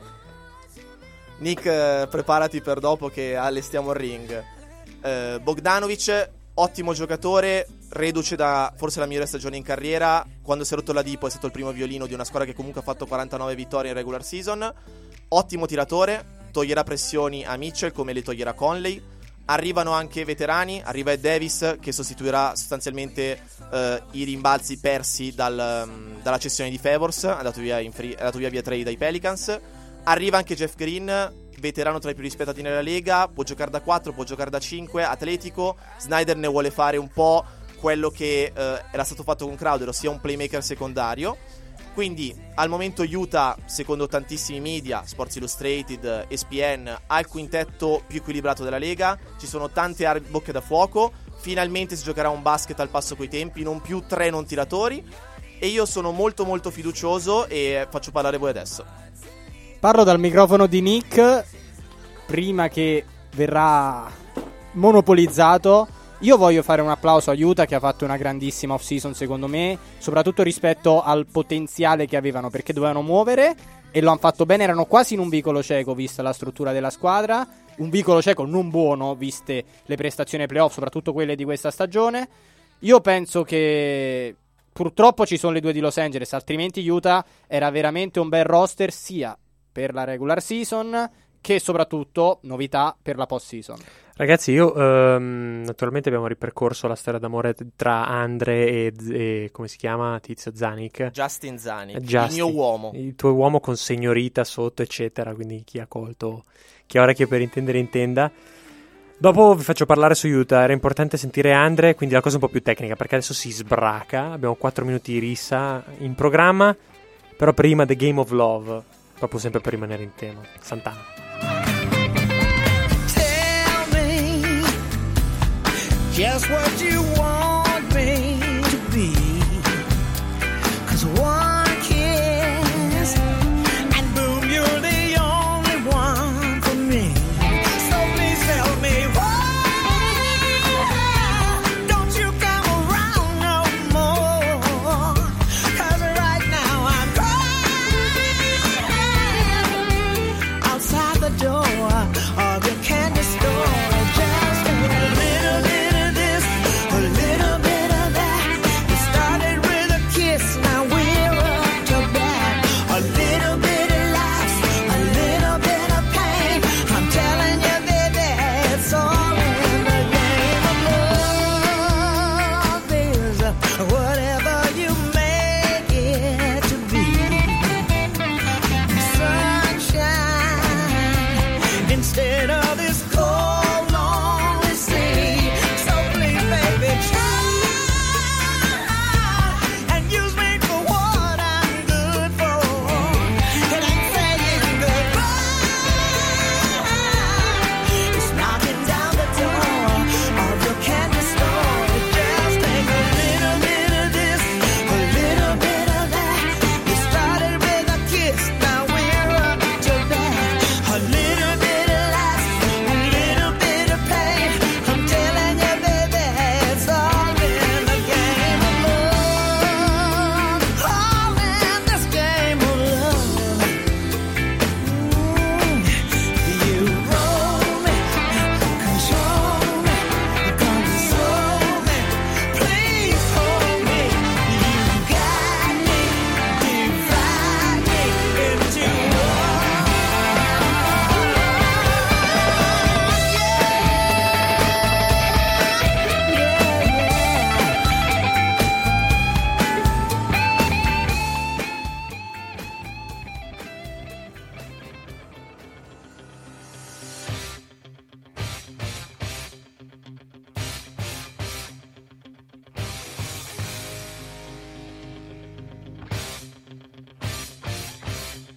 Nick, eh, preparati per dopo che allestiamo il ring. Eh, Bogdanovic, ottimo giocatore, reduce da forse la migliore stagione in carriera. Quando si è rotto la Dipo è stato il primo violino di una squadra che comunque ha fatto quarantanove vittorie in regular season. Ottimo tiratore, toglierà pressioni a Mitchell come le toglierà Conley. Arrivano anche veterani, arriva Ed Davis che sostituirà sostanzialmente eh, i rimbalzi persi dal, um, dalla cessione di Favors, è andato via, in free, è andato via via trade dai Pelicans. Arriva anche Jeff Green, veterano tra i più rispettati nella Lega, può giocare da quattro, può giocare da cinque, atletico. Snyder ne vuole fare un po' quello che eh, era stato fatto con Crowder, ossia un playmaker secondario. Quindi al momento Utah, secondo tantissimi media, Sports Illustrated, E S P N, ha il quintetto più equilibrato della Lega. Ci sono tante armi bocche da fuoco. Finalmente si giocherà un basket al passo coi tempi, non più tre non tiratori. E io sono molto molto fiducioso e faccio parlare voi adesso. Parlo dal microfono di Nick prima che verrà monopolizzato. Io voglio fare un applauso a Utah che ha fatto una grandissima off-season secondo me, soprattutto rispetto al potenziale che avevano, perché dovevano muovere e lo hanno fatto bene, erano quasi in un vicolo cieco vista la struttura della squadra, un vicolo cieco non buono viste le prestazioni ai playoff, soprattutto quelle di questa stagione. Io penso che purtroppo ci sono le due di Los Angeles, altrimenti Utah era veramente un bel roster sia per la regular season che soprattutto novità per la post season. Ragazzi, io ehm, naturalmente abbiamo ripercorso la storia d'amore tra Andre e, e come si chiama? Tizio Zanik. Justin Zanik, Justin, il mio uomo. Il tuo uomo con signorita sotto, eccetera. Quindi chi ha colto, chi ha orecchie per intendere intenda. Dopo vi faccio parlare su Utah. Era importante sentire Andre, quindi la cosa un po' più tecnica, perché adesso si sbraca. Abbiamo quattro minuti di rissa in programma. Però prima The Game of Love, proprio sempre per rimanere in tema. Santana. Just what you want me to be. 'Cause one kiss and boom, you're the only one for me. So please tell me why don't you come around no more? 'Cause right now I'm crying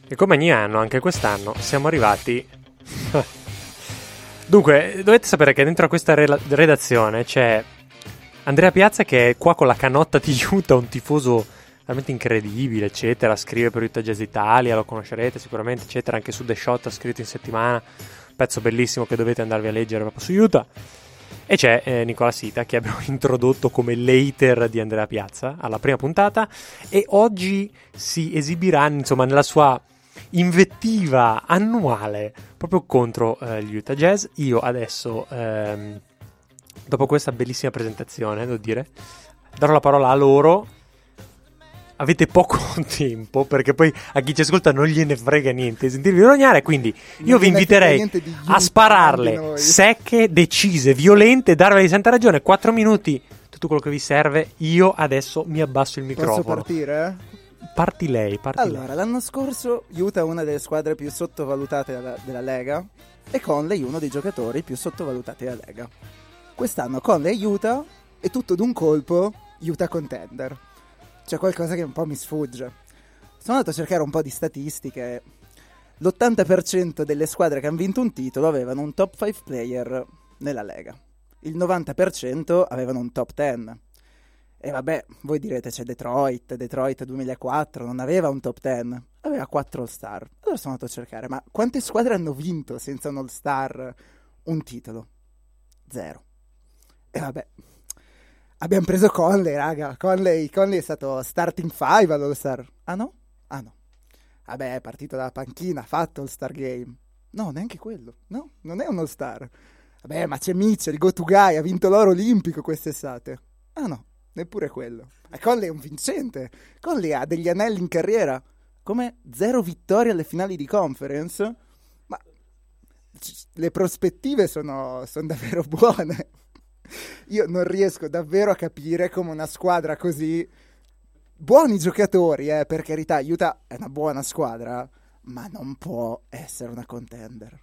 E come ogni anno, anche quest'anno, siamo arrivati... Dunque, dovete sapere che dentro a questa rela- redazione c'è Andrea Piazza, che è qua con la canotta di Utah, un tifoso veramente incredibile, eccetera. Scrive per Utah Jazz Italia, lo conoscerete sicuramente, eccetera. Anche su The Shot ha scritto in settimana, un pezzo bellissimo che dovete andarvi a leggere proprio su Utah. E c'è eh, Nicola Sita, che abbiamo introdotto come later di Andrea Piazza alla prima puntata, e oggi si esibirà, insomma, nella sua invettiva annuale proprio contro eh, gli Utah Jazz. Io adesso, ehm, dopo questa bellissima presentazione, devo dire, darò la parola a loro. Avete poco tempo, perché poi a chi ci ascolta non gliene frega niente di sentirvi rognare, quindi io Non vi inviterei a spararle secche, decise, violente, darveli santa ragione. Quattro minuti, tutto quello che vi serve. Io adesso mi abbasso il microfono. Posso partire? Parti lei, parti Allora, lei. l'anno scorso Utah è una delle squadre più sottovalutate della, della Lega e Conley uno dei giocatori più sottovalutati della Lega. Quest'anno Conley e Utah è tutto d'un colpo Utah contender. C'è qualcosa che un po' mi sfugge. Sono andato a cercare un po' di statistiche. L'ottanta per cento delle squadre che hanno vinto un titolo avevano un top cinque player nella Lega. Il novanta per cento avevano un top dieci. E vabbè, voi direte c'è Detroit, Detroit duemilaquattro non aveva un top dieci, aveva quattro All-Star. Allora sono andato a cercare, ma quante squadre hanno vinto senza un All-Star un titolo? Zero. E vabbè, abbiamo preso Conley, raga. Conley, Conley è stato starting five all'All-Star. Ah no? Ah no. Vabbè, è partito dalla panchina, ha fatto All-Star Game. No, neanche quello. No, non è un All-Star. Vabbè, ma c'è Mitchell, il go-to-guy, ha vinto l'oro olimpico quest'estate. Ah no, neppure quello. E Conley è un vincente. Conley ha degli anelli in carriera. Come zero vittorie alle finali di conference. Ma le prospettive sono, sono davvero buone. Io non riesco davvero a capire come una squadra così... Buoni giocatori, eh, per carità, Utah è una buona squadra, ma non può essere una contender.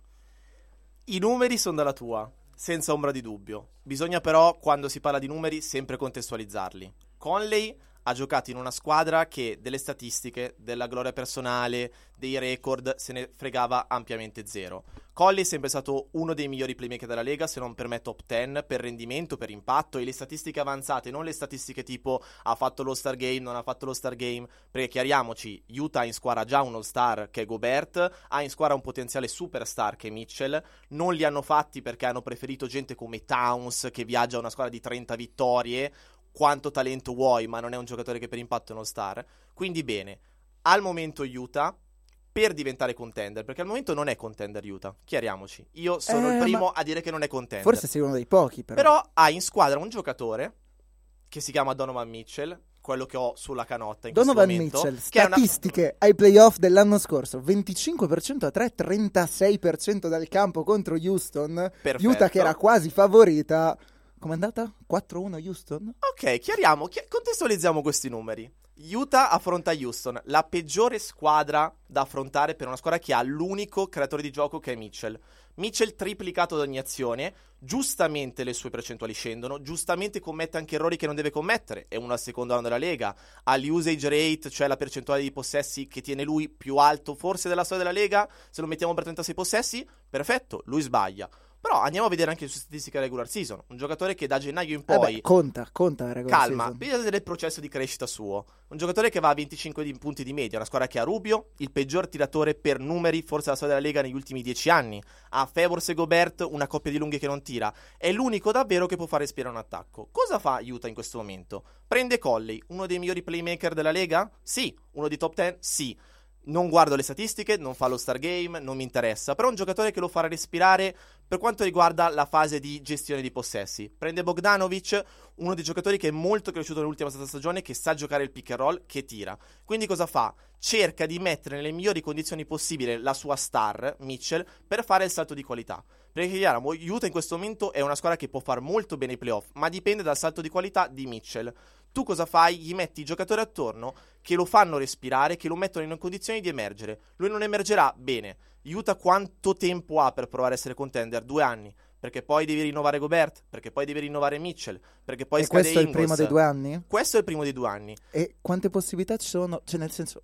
I numeri sono dalla tua, senza ombra di dubbio. Bisogna però, quando si parla di numeri, sempre contestualizzarli. Conley ha giocato in una squadra che delle statistiche, della gloria personale, dei record, se ne fregava ampiamente zero. Conley è sempre stato uno dei migliori playmaker della Lega, se non per me top dieci, per rendimento, per impatto, e le statistiche avanzate, non le statistiche tipo ha fatto lo Star Game, non ha fatto lo Star Game, perché chiariamoci, Utah ha in squadra già un All-Star che è Gobert, ha in squadra un potenziale superstar che è Mitchell, non li hanno fatti perché hanno preferito gente come Towns che viaggia a una squadra di trenta vittorie. Quanto talento vuoi, ma non è un giocatore che per impatto è uno star. Quindi bene, al momento Utah, per diventare contender, perché al momento non è contender Utah, chiariamoci, io sono Eh, il primo ma- a dire che non è contender. Forse sei uno dei pochi, però. Però ha in squadra un giocatore che si chiama Donovan Mitchell, quello che ho sulla canotta in Donovan questo momento, Mitchell, che è una- statistiche ai playoff dell'anno scorso, venticinque per cento a tre, trentasei per cento dal campo contro Houston. Perfetto. Utah che era quasi favorita. Com'è andata? quattro uno Houston? Ok, chiariamo, chi- contestualizziamo questi numeri. Utah affronta Houston, la peggiore squadra da affrontare per una squadra che ha l'unico creatore di gioco che è Mitchell. Mitchell triplicato ad ogni azione, giustamente le sue percentuali scendono, giustamente commette anche errori che non deve commettere, è uno al secondo anno della Lega, ha l'usage rate, cioè la percentuale di possessi che tiene lui più alto forse della storia della Lega, se lo mettiamo per trentasei possessi, perfetto, lui sbaglia. Però andiamo a vedere anche le sue statistiche regular season. Un giocatore che da gennaio in Eh poi... beh, conta, conta la regular Calma, season. bisogna vedere il processo di crescita suo. Un giocatore che va a venticinque di punti di media, una squadra che ha Rubio, il peggior tiratore per numeri forse della storia della Lega negli ultimi dieci anni. Ha Favors e Gobert, una coppia di lunghi che non tira. È l'unico davvero che può far respirare un attacco. Cosa fa Utah in questo momento? Prende Conley, uno dei migliori playmaker della Lega? Sì. Uno di top dieci? Sì. Non guardo le statistiche, non fa lo Star Game, non mi interessa. Però è un giocatore che lo farà respirare per quanto riguarda la fase di gestione di possessi. Prende Bogdanovic, uno dei giocatori che è molto cresciuto nell'ultima stagione, che sa giocare il pick and roll, che tira. Quindi cosa fa? Cerca di mettere nelle migliori condizioni possibili la sua star, Mitchell, per fare il salto di qualità. Perché chiaro, Utah in questo momento è una squadra che può fare molto bene i playoff, ma dipende dal salto di qualità di Mitchell. Tu cosa fai? Gli metti i giocatori attorno che lo fanno respirare, che lo mettono in condizioni di emergere. Lui non emergerà? Bene. Utah quanto tempo ha per provare a essere contender? Due anni. Perché poi devi rinnovare Gobert, perché poi devi rinnovare Mitchell, perché poi E scade questo è il Ingles. primo dei due anni? Questo è il primo dei due anni. E quante possibilità ci sono? Cioè, nel senso,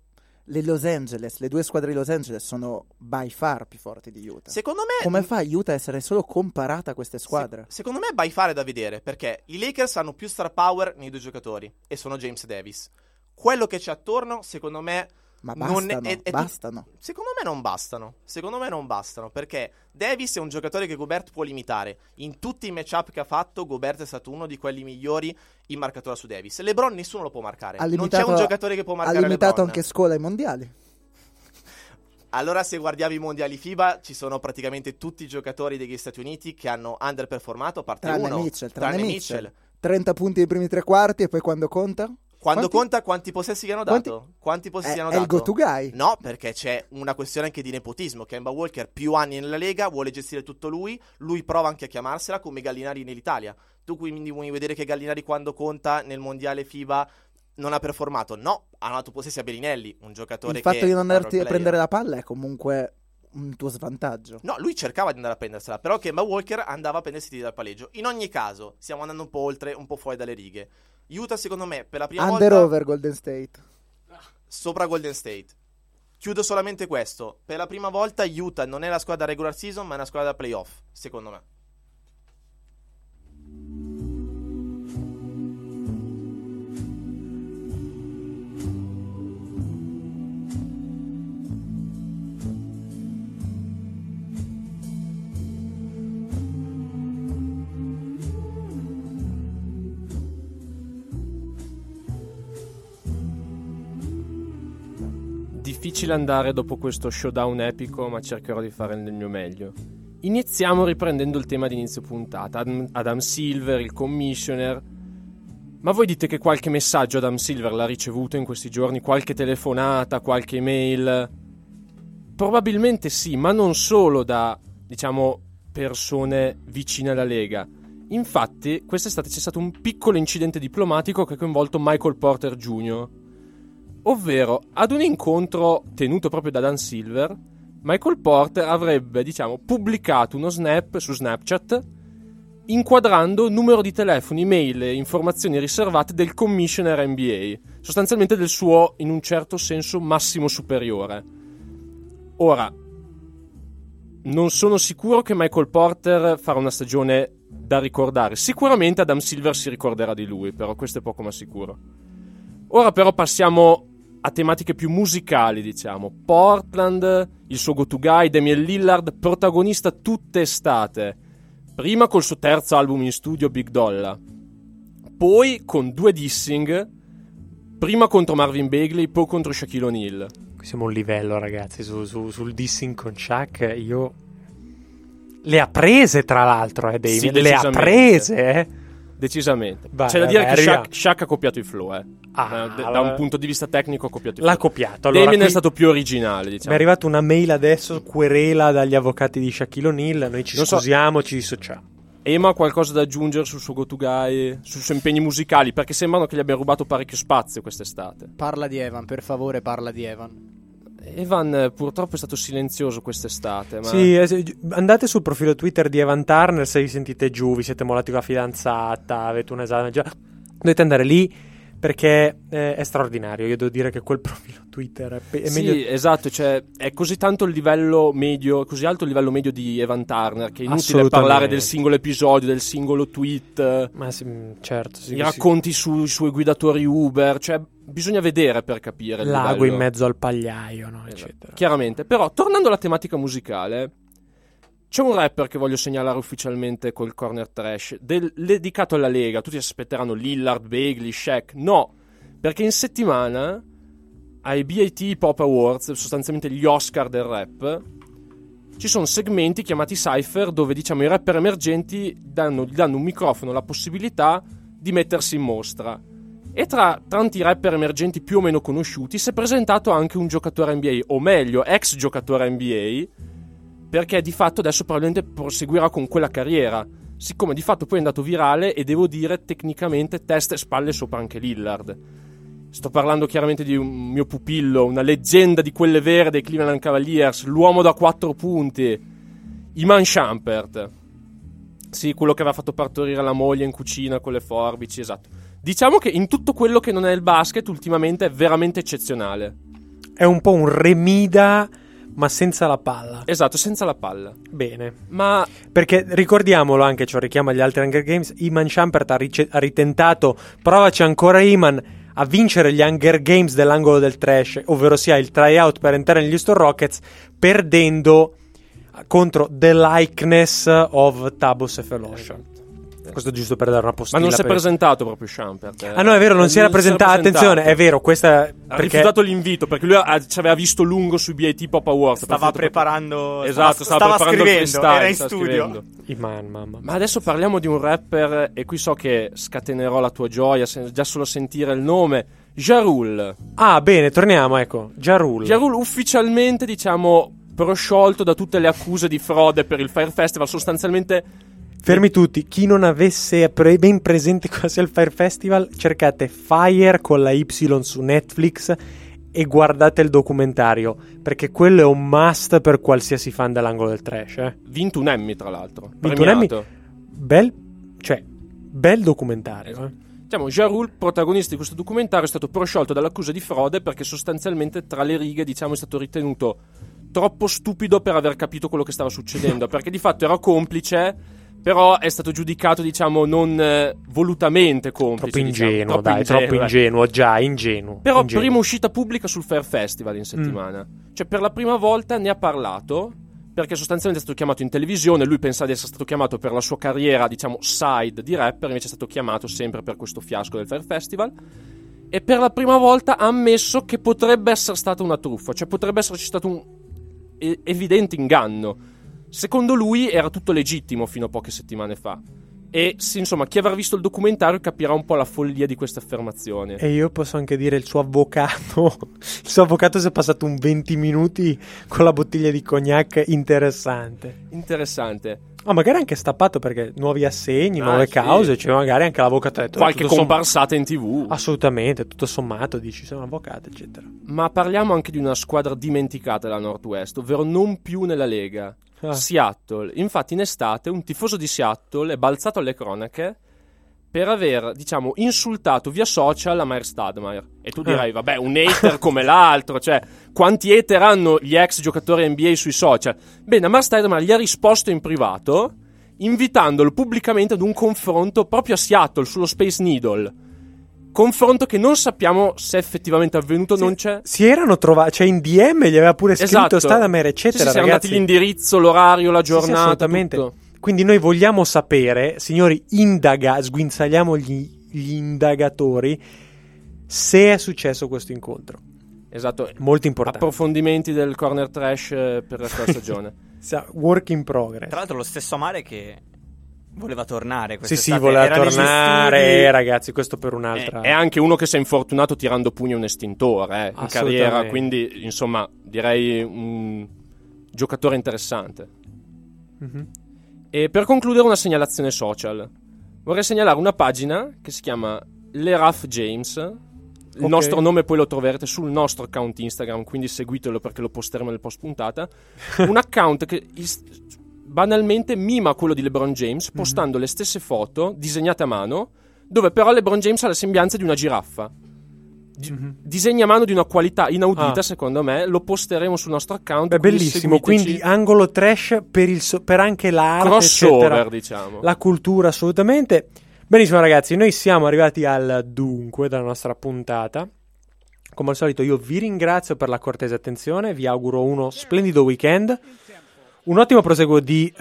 le Los Angeles, le due squadre di Los Angeles sono by far più forti di Utah. Secondo me Come fa Utah a essere solo comparata a queste squadre? Se- secondo me è by far è da vedere, perché i Lakers hanno più star power nei due giocatori e sono James Davis. Quello che c'è attorno, secondo me, Ma non bastano, è, è, è bastano. Secondo me non bastano. Secondo me non bastano, perché Davis è un giocatore che Gobert può limitare. In tutti i matchup che ha fatto, Gobert è stato uno di quelli migliori in marcatura su Davis. LeBron nessuno lo può marcare. Ha Non limitato- c'è un giocatore che può marcare Ha limitato LeBron. anche Scola ai mondiali. Allora, se guardiamo i mondiali FIBA, ci sono praticamente tutti i giocatori degli Stati Uniti che hanno underperformato, a parte Tranne uno. Mitchell, tranne tranne Mitchell. Mitchell. trenta punti nei primi tre quarti e poi quando conta? Quando Quanti? conta, quanti possessi gli hanno Quanti? dato? Quanti possessi È- gli hanno è il dato? go-to guy. No, perché c'è una questione anche di nepotismo. Kemba Walker, più anni nella Lega, vuole gestire tutto lui. Lui prova anche a chiamarsela come Gallinari nell'Italia. Tu quindi vuoi vedere che Gallinari, quando conta nel mondiale FIBA, non ha performato? No, ha dato possessi a Bellinelli, un giocatore Il che fatto di non è un andarti role a player. prendere la palla è comunque un tuo svantaggio. No, lui cercava di andare a prendersela, però Kemba Walker andava a prendersi tiri dal palleggio. In ogni caso, stiamo andando un po' oltre, un po' fuori dalle righe. Utah, secondo me, per la prima Under volta over Golden State. sopra Golden State. Chiudo solamente questo. Per la prima volta Utah non è la squadra da regular season, ma è una squadra da playoff, secondo me. Difficile andare dopo questo showdown epico, ma cercherò di fare del mio meglio. Iniziamo riprendendo il tema di inizio puntata. Adam, Adam Silver, il commissioner. Ma voi dite che qualche messaggio Adam Silver l'ha ricevuto in questi giorni? Qualche telefonata, qualche email? Probabilmente sì, ma non solo da, diciamo, persone vicine alla Lega. Infatti, quest'estate c'è stato un piccolo incidente diplomatico che ha coinvolto Michael Porter Junior Ovvero, ad un incontro tenuto proprio da Dan Silver, Michael Porter avrebbe, diciamo, pubblicato uno snap su Snapchat inquadrando numero di telefono, email e informazioni riservate del commissioner N B A, sostanzialmente del suo, in un certo senso, massimo superiore. Ora, non sono sicuro che Michael Porter farà una stagione da ricordare. Sicuramente Adam Silver si ricorderà di lui, però questo è poco ma sicuro. Ora però passiamo a tematiche più musicali, diciamo. Portland, il suo go-to guy, Damian Lillard, protagonista tutta estate. Prima col suo terzo album in studio, Big Dolla. Poi con due dissing. Prima contro Marvin Bagley, poi contro Shaquille O'Neal. Qui siamo a un livello, ragazzi, su, su, sul dissing con Shaq. Io le ha prese, tra l'altro, eh, David. Sì, le ha decisamente. prese, eh. Decisamente. Vai, C'è da vai, dire vai, che arriviamo. Shaq, Shaq ha copiato il flow, eh. Ah, Eh, d- da vabbè. un punto di vista tecnico ha copiato il L'ha flow. copiato. Allora, Damien qui è stato più originale, Mi è diciamo. arrivata una mail adesso, querela dagli avvocati di Shaquille O'Neal. Noi ci Non so- scusiamo, ci dissociamo. Ema ha qualcosa da aggiungere sul suo go-to guy, sui suoi impegni musicali, perché sembrano che gli abbia rubato parecchio spazio quest'estate. Parla di Evan, per favore, parla di Evan. Evan eh, purtroppo è stato silenzioso quest'estate, ma Sì, eh, se- andate sul profilo Twitter di Evan Turner se vi sentite giù, vi siete mollati con la fidanzata, avete un esame già. Dovete andare lì perché eh, è straordinario. Io devo dire che quel profilo Twitter è, pe- è sì, meglio. esatto, cioè è così tanto il livello medio, così alto il livello medio di Evan Turner che è inutile Assolutamente. parlare del singolo episodio, del singolo tweet, Ma sì, mm, certo, sì, i sì. racconti sui suoi guidatori Uber, cioè bisogna vedere per capire il Lago livello. in mezzo al pagliaio, no? Esatto. Eccetera. Chiaramente, però tornando alla tematica musicale, c'è un rapper che voglio segnalare ufficialmente col corner trash del, dedicato alla Lega. Tutti si aspetteranno Lillard, Bagley, Shaq. No, perché in settimana ai B I T Pop Awards, sostanzialmente gli Oscar del rap, ci sono segmenti chiamati Cypher dove, diciamo, i rapper emergenti danno, gli danno un microfono, la possibilità di mettersi in mostra. E tra tanti rapper emergenti più o meno conosciuti si è presentato anche un giocatore N B A, o meglio, ex giocatore N B A, perché di fatto adesso probabilmente proseguirà con quella carriera, siccome di fatto poi è andato virale e devo dire tecnicamente testa e spalle sopra anche Lillard. Sto parlando chiaramente di un mio pupillo, una leggenda di quelle vere dei Cleveland Cavaliers, l'uomo da quattro punti, Iman Shumpert. Sì, quello che aveva fatto partorire la moglie in cucina con le forbici, esatto. Diciamo che in tutto quello che non è il basket ultimamente è veramente eccezionale. è un po' un Remida ma senza la palla. Esatto, senza la palla. Bene. Ma perché ricordiamolo anche, ci richiama agli altri Hunger Games, Iman Shumpert ha, rice- ha ritentato, provaci ancora Iman, a vincere gli Hunger Games dell'angolo del trash, ovvero sia il tryout per entrare negli Houston Rockets, perdendo contro The Likeness of Thabo Sefolosha. Questo giusto per dare una postilla. Ma non si è per... presentato proprio Shumpert. Eh. Ah no, è vero, non, non si era presentato. Attenzione, è vero, questa ha perché... rifiutato l'invito perché lui ha, ci aveva visto lungo sui B A T Pop Awards. Stava preparando, esatto, stava, stava, stava preparando scrivendo, era in studio. Iman, mamma. Ma adesso parliamo di un rapper e qui so che scatenerò la tua gioia già solo sentire il nome. Ja Rule. Ah, bene, torniamo, ecco. Ja Rule. Ja Rule ufficialmente, diciamo, prosciolto da tutte le accuse di frode per il Fire Festival, sostanzialmente. Fermi tutti, chi non avesse pre- ben presente cosa sia il Fire Festival, cercate Fire con la Y su Netflix e guardate il documentario, perché quello è un must per qualsiasi fan dell'angolo del trash. Eh. Vinto un Emmy, tra l'altro. Vinto un Emmy, bel, cioè, bel documentario. Esatto. Eh. Diciamo, Ja Rule, protagonista di questo documentario, è stato prosciolto dall'accusa di frode perché sostanzialmente tra le righe, diciamo, è stato ritenuto troppo stupido per aver capito quello che stava succedendo, perché di fatto era complice. Però è stato giudicato, diciamo, non eh, volutamente complice. Troppo ingenuo, diciamo. troppo dai, ingenuo, troppo ingenuo, già, ingenuo. Però ingenuo. prima uscita pubblica sul Fire Festival in settimana. Mm. Cioè, per la prima volta ne ha parlato, perché sostanzialmente è stato chiamato in televisione, lui pensava di essere stato chiamato per la sua carriera, diciamo, side di rapper, invece è stato chiamato sempre per questo fiasco del Fire Festival. E per la prima volta ha ammesso che potrebbe essere stata una truffa, cioè potrebbe esserci stato un e- evidente inganno. Secondo lui era tutto legittimo fino a poche settimane fa. E sì, insomma, chi avrà visto il documentario capirà un po' la follia di queste affermazioni. E io posso anche dire il suo avvocato. Il suo avvocato si è passato un venti minuti con la bottiglia di cognac interessante. Interessante. Oh, magari anche stappato perché nuovi assegni, ah, nuove sì. cause. Cioè, magari anche l'avvocato ha detto qualche comparsata in tv. Assolutamente, tutto sommato, dici, sei un avvocato, eccetera. Ma parliamo anche di una squadra dimenticata della Northwest, ovvero non più nella Lega. Ah. Seattle. Infatti in estate un tifoso di Seattle è balzato alle cronache per aver, diciamo, insultato via social a Meyer Stadmeyer. E tu dirai, ah. vabbè, un hater come l'altro, cioè, quanti hater hanno gli ex giocatori N B A sui social? Bene, Meyer Stadmeyer gli ha risposto in privato, invitandolo pubblicamente ad un confronto proprio a Seattle, sullo Space Needle. Confronto che non sappiamo se è effettivamente avvenuto, sì, non c'è. Si erano trovati, cioè in D M gli aveva pure scritto esatto. Stadmeyer, eccetera. Sì, sì, ragazzi. Sì, andati l'indirizzo, l'orario, la giornata. Sì, sì, assolutamente. Tutto. Quindi noi vogliamo sapere, signori, indaga, sguinzagliamo gli, gli indagatori, se è successo questo incontro. Esatto. Molto importante. Approfondimenti del corner trash per la stagione. Work in progress. Tra l'altro lo stesso Amare che voleva tornare sì sì voleva era tornare eh, ragazzi, questo per un'altra è, è anche uno che si è infortunato tirando pugni a un estintore eh, in carriera, quindi insomma direi un giocatore interessante. Mm-hmm. E per concludere una segnalazione social, vorrei segnalare una pagina che si chiama Le Raf James. Il okay. nostro nome poi lo troverete sul nostro account Instagram, quindi seguitelo perché lo posteremo nel post puntata. Un account che banalmente mima quello di LeBron James, postando mm-hmm. le stesse foto disegnate a mano, dove però LeBron James ha le sembianze di una giraffa. Di- mm-hmm. Disegna a mano di una qualità inaudita, ah. secondo me. Lo posteremo sul nostro account. È bellissimo, quindi angolo trash per, il so- per anche l'arte, crossover, eccetera. diciamo. La cultura, assolutamente. Benissimo ragazzi, noi siamo arrivati al dunque della nostra puntata. Come al solito io vi ringrazio per la cortese attenzione, vi auguro uno splendido weekend. Un ottimo proseguo di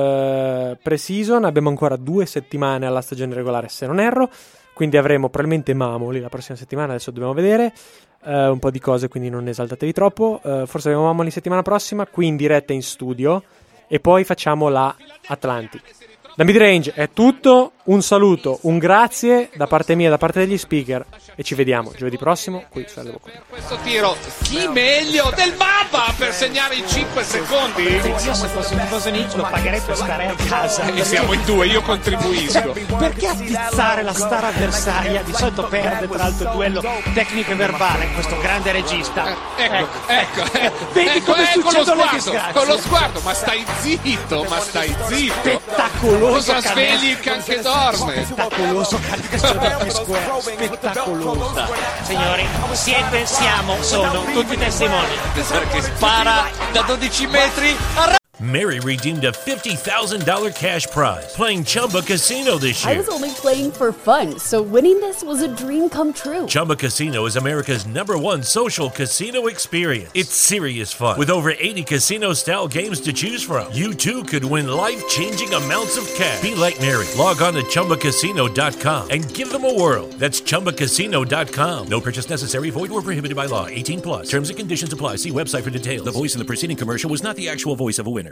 uh, pre-season, abbiamo ancora due settimane alla stagione regolare se non erro, quindi avremo probabilmente Mamoli la prossima settimana, adesso dobbiamo vedere uh, un po' di cose, quindi non esaltatevi troppo, uh, forse avremo Mamoli settimana prossima, qui in diretta in studio e poi facciamo la Atlantic. Da Midrange è tutto, un saluto, un grazie da parte mia e da parte degli speaker e ci vediamo giovedì prossimo qui su L V Con. Questo tiro, chi meglio del Baba per segnare in cinque secondi? Io se fossi un tifoso Knicks lo pagherei per stare a casa. E siamo in due, io contribuisco. Cioè, perché attizzare la star avversaria? Di solito perde tra l'altro il duello tecnico e verbale, questo grande regista. Eh, ecco, ecco, ecco, ecco. Vedi ecco, come ecco succedono le sguardo, disgrazie. con lo sguardo, ma stai zitto, ma stai zitto. Spettacolare. spettacoloso Cosa svegli il can che dorme? Spettacoloso canestro di Pesquera, spettacoloso. Signori, siete, siamo, sono tutti testimoni. Perché spara da dodici metri. Arre- Mary redeemed a fifty thousand dollars cash prize playing Chumba Casino this I year. was only playing for fun, so winning this was a dream come true. Chumba Casino is America's number one social casino experience. It's serious fun. With over eighty casino-style games to choose from, you too could win life-changing amounts of cash. Be like Mary. Log on to Chumba Casino dot com and give them a whirl. That's Chumba Casino dot com. No purchase necessary. Void or prohibited by law. eighteen plus. Terms and conditions apply. See website for details. The voice in the preceding commercial was not the actual voice of a winner.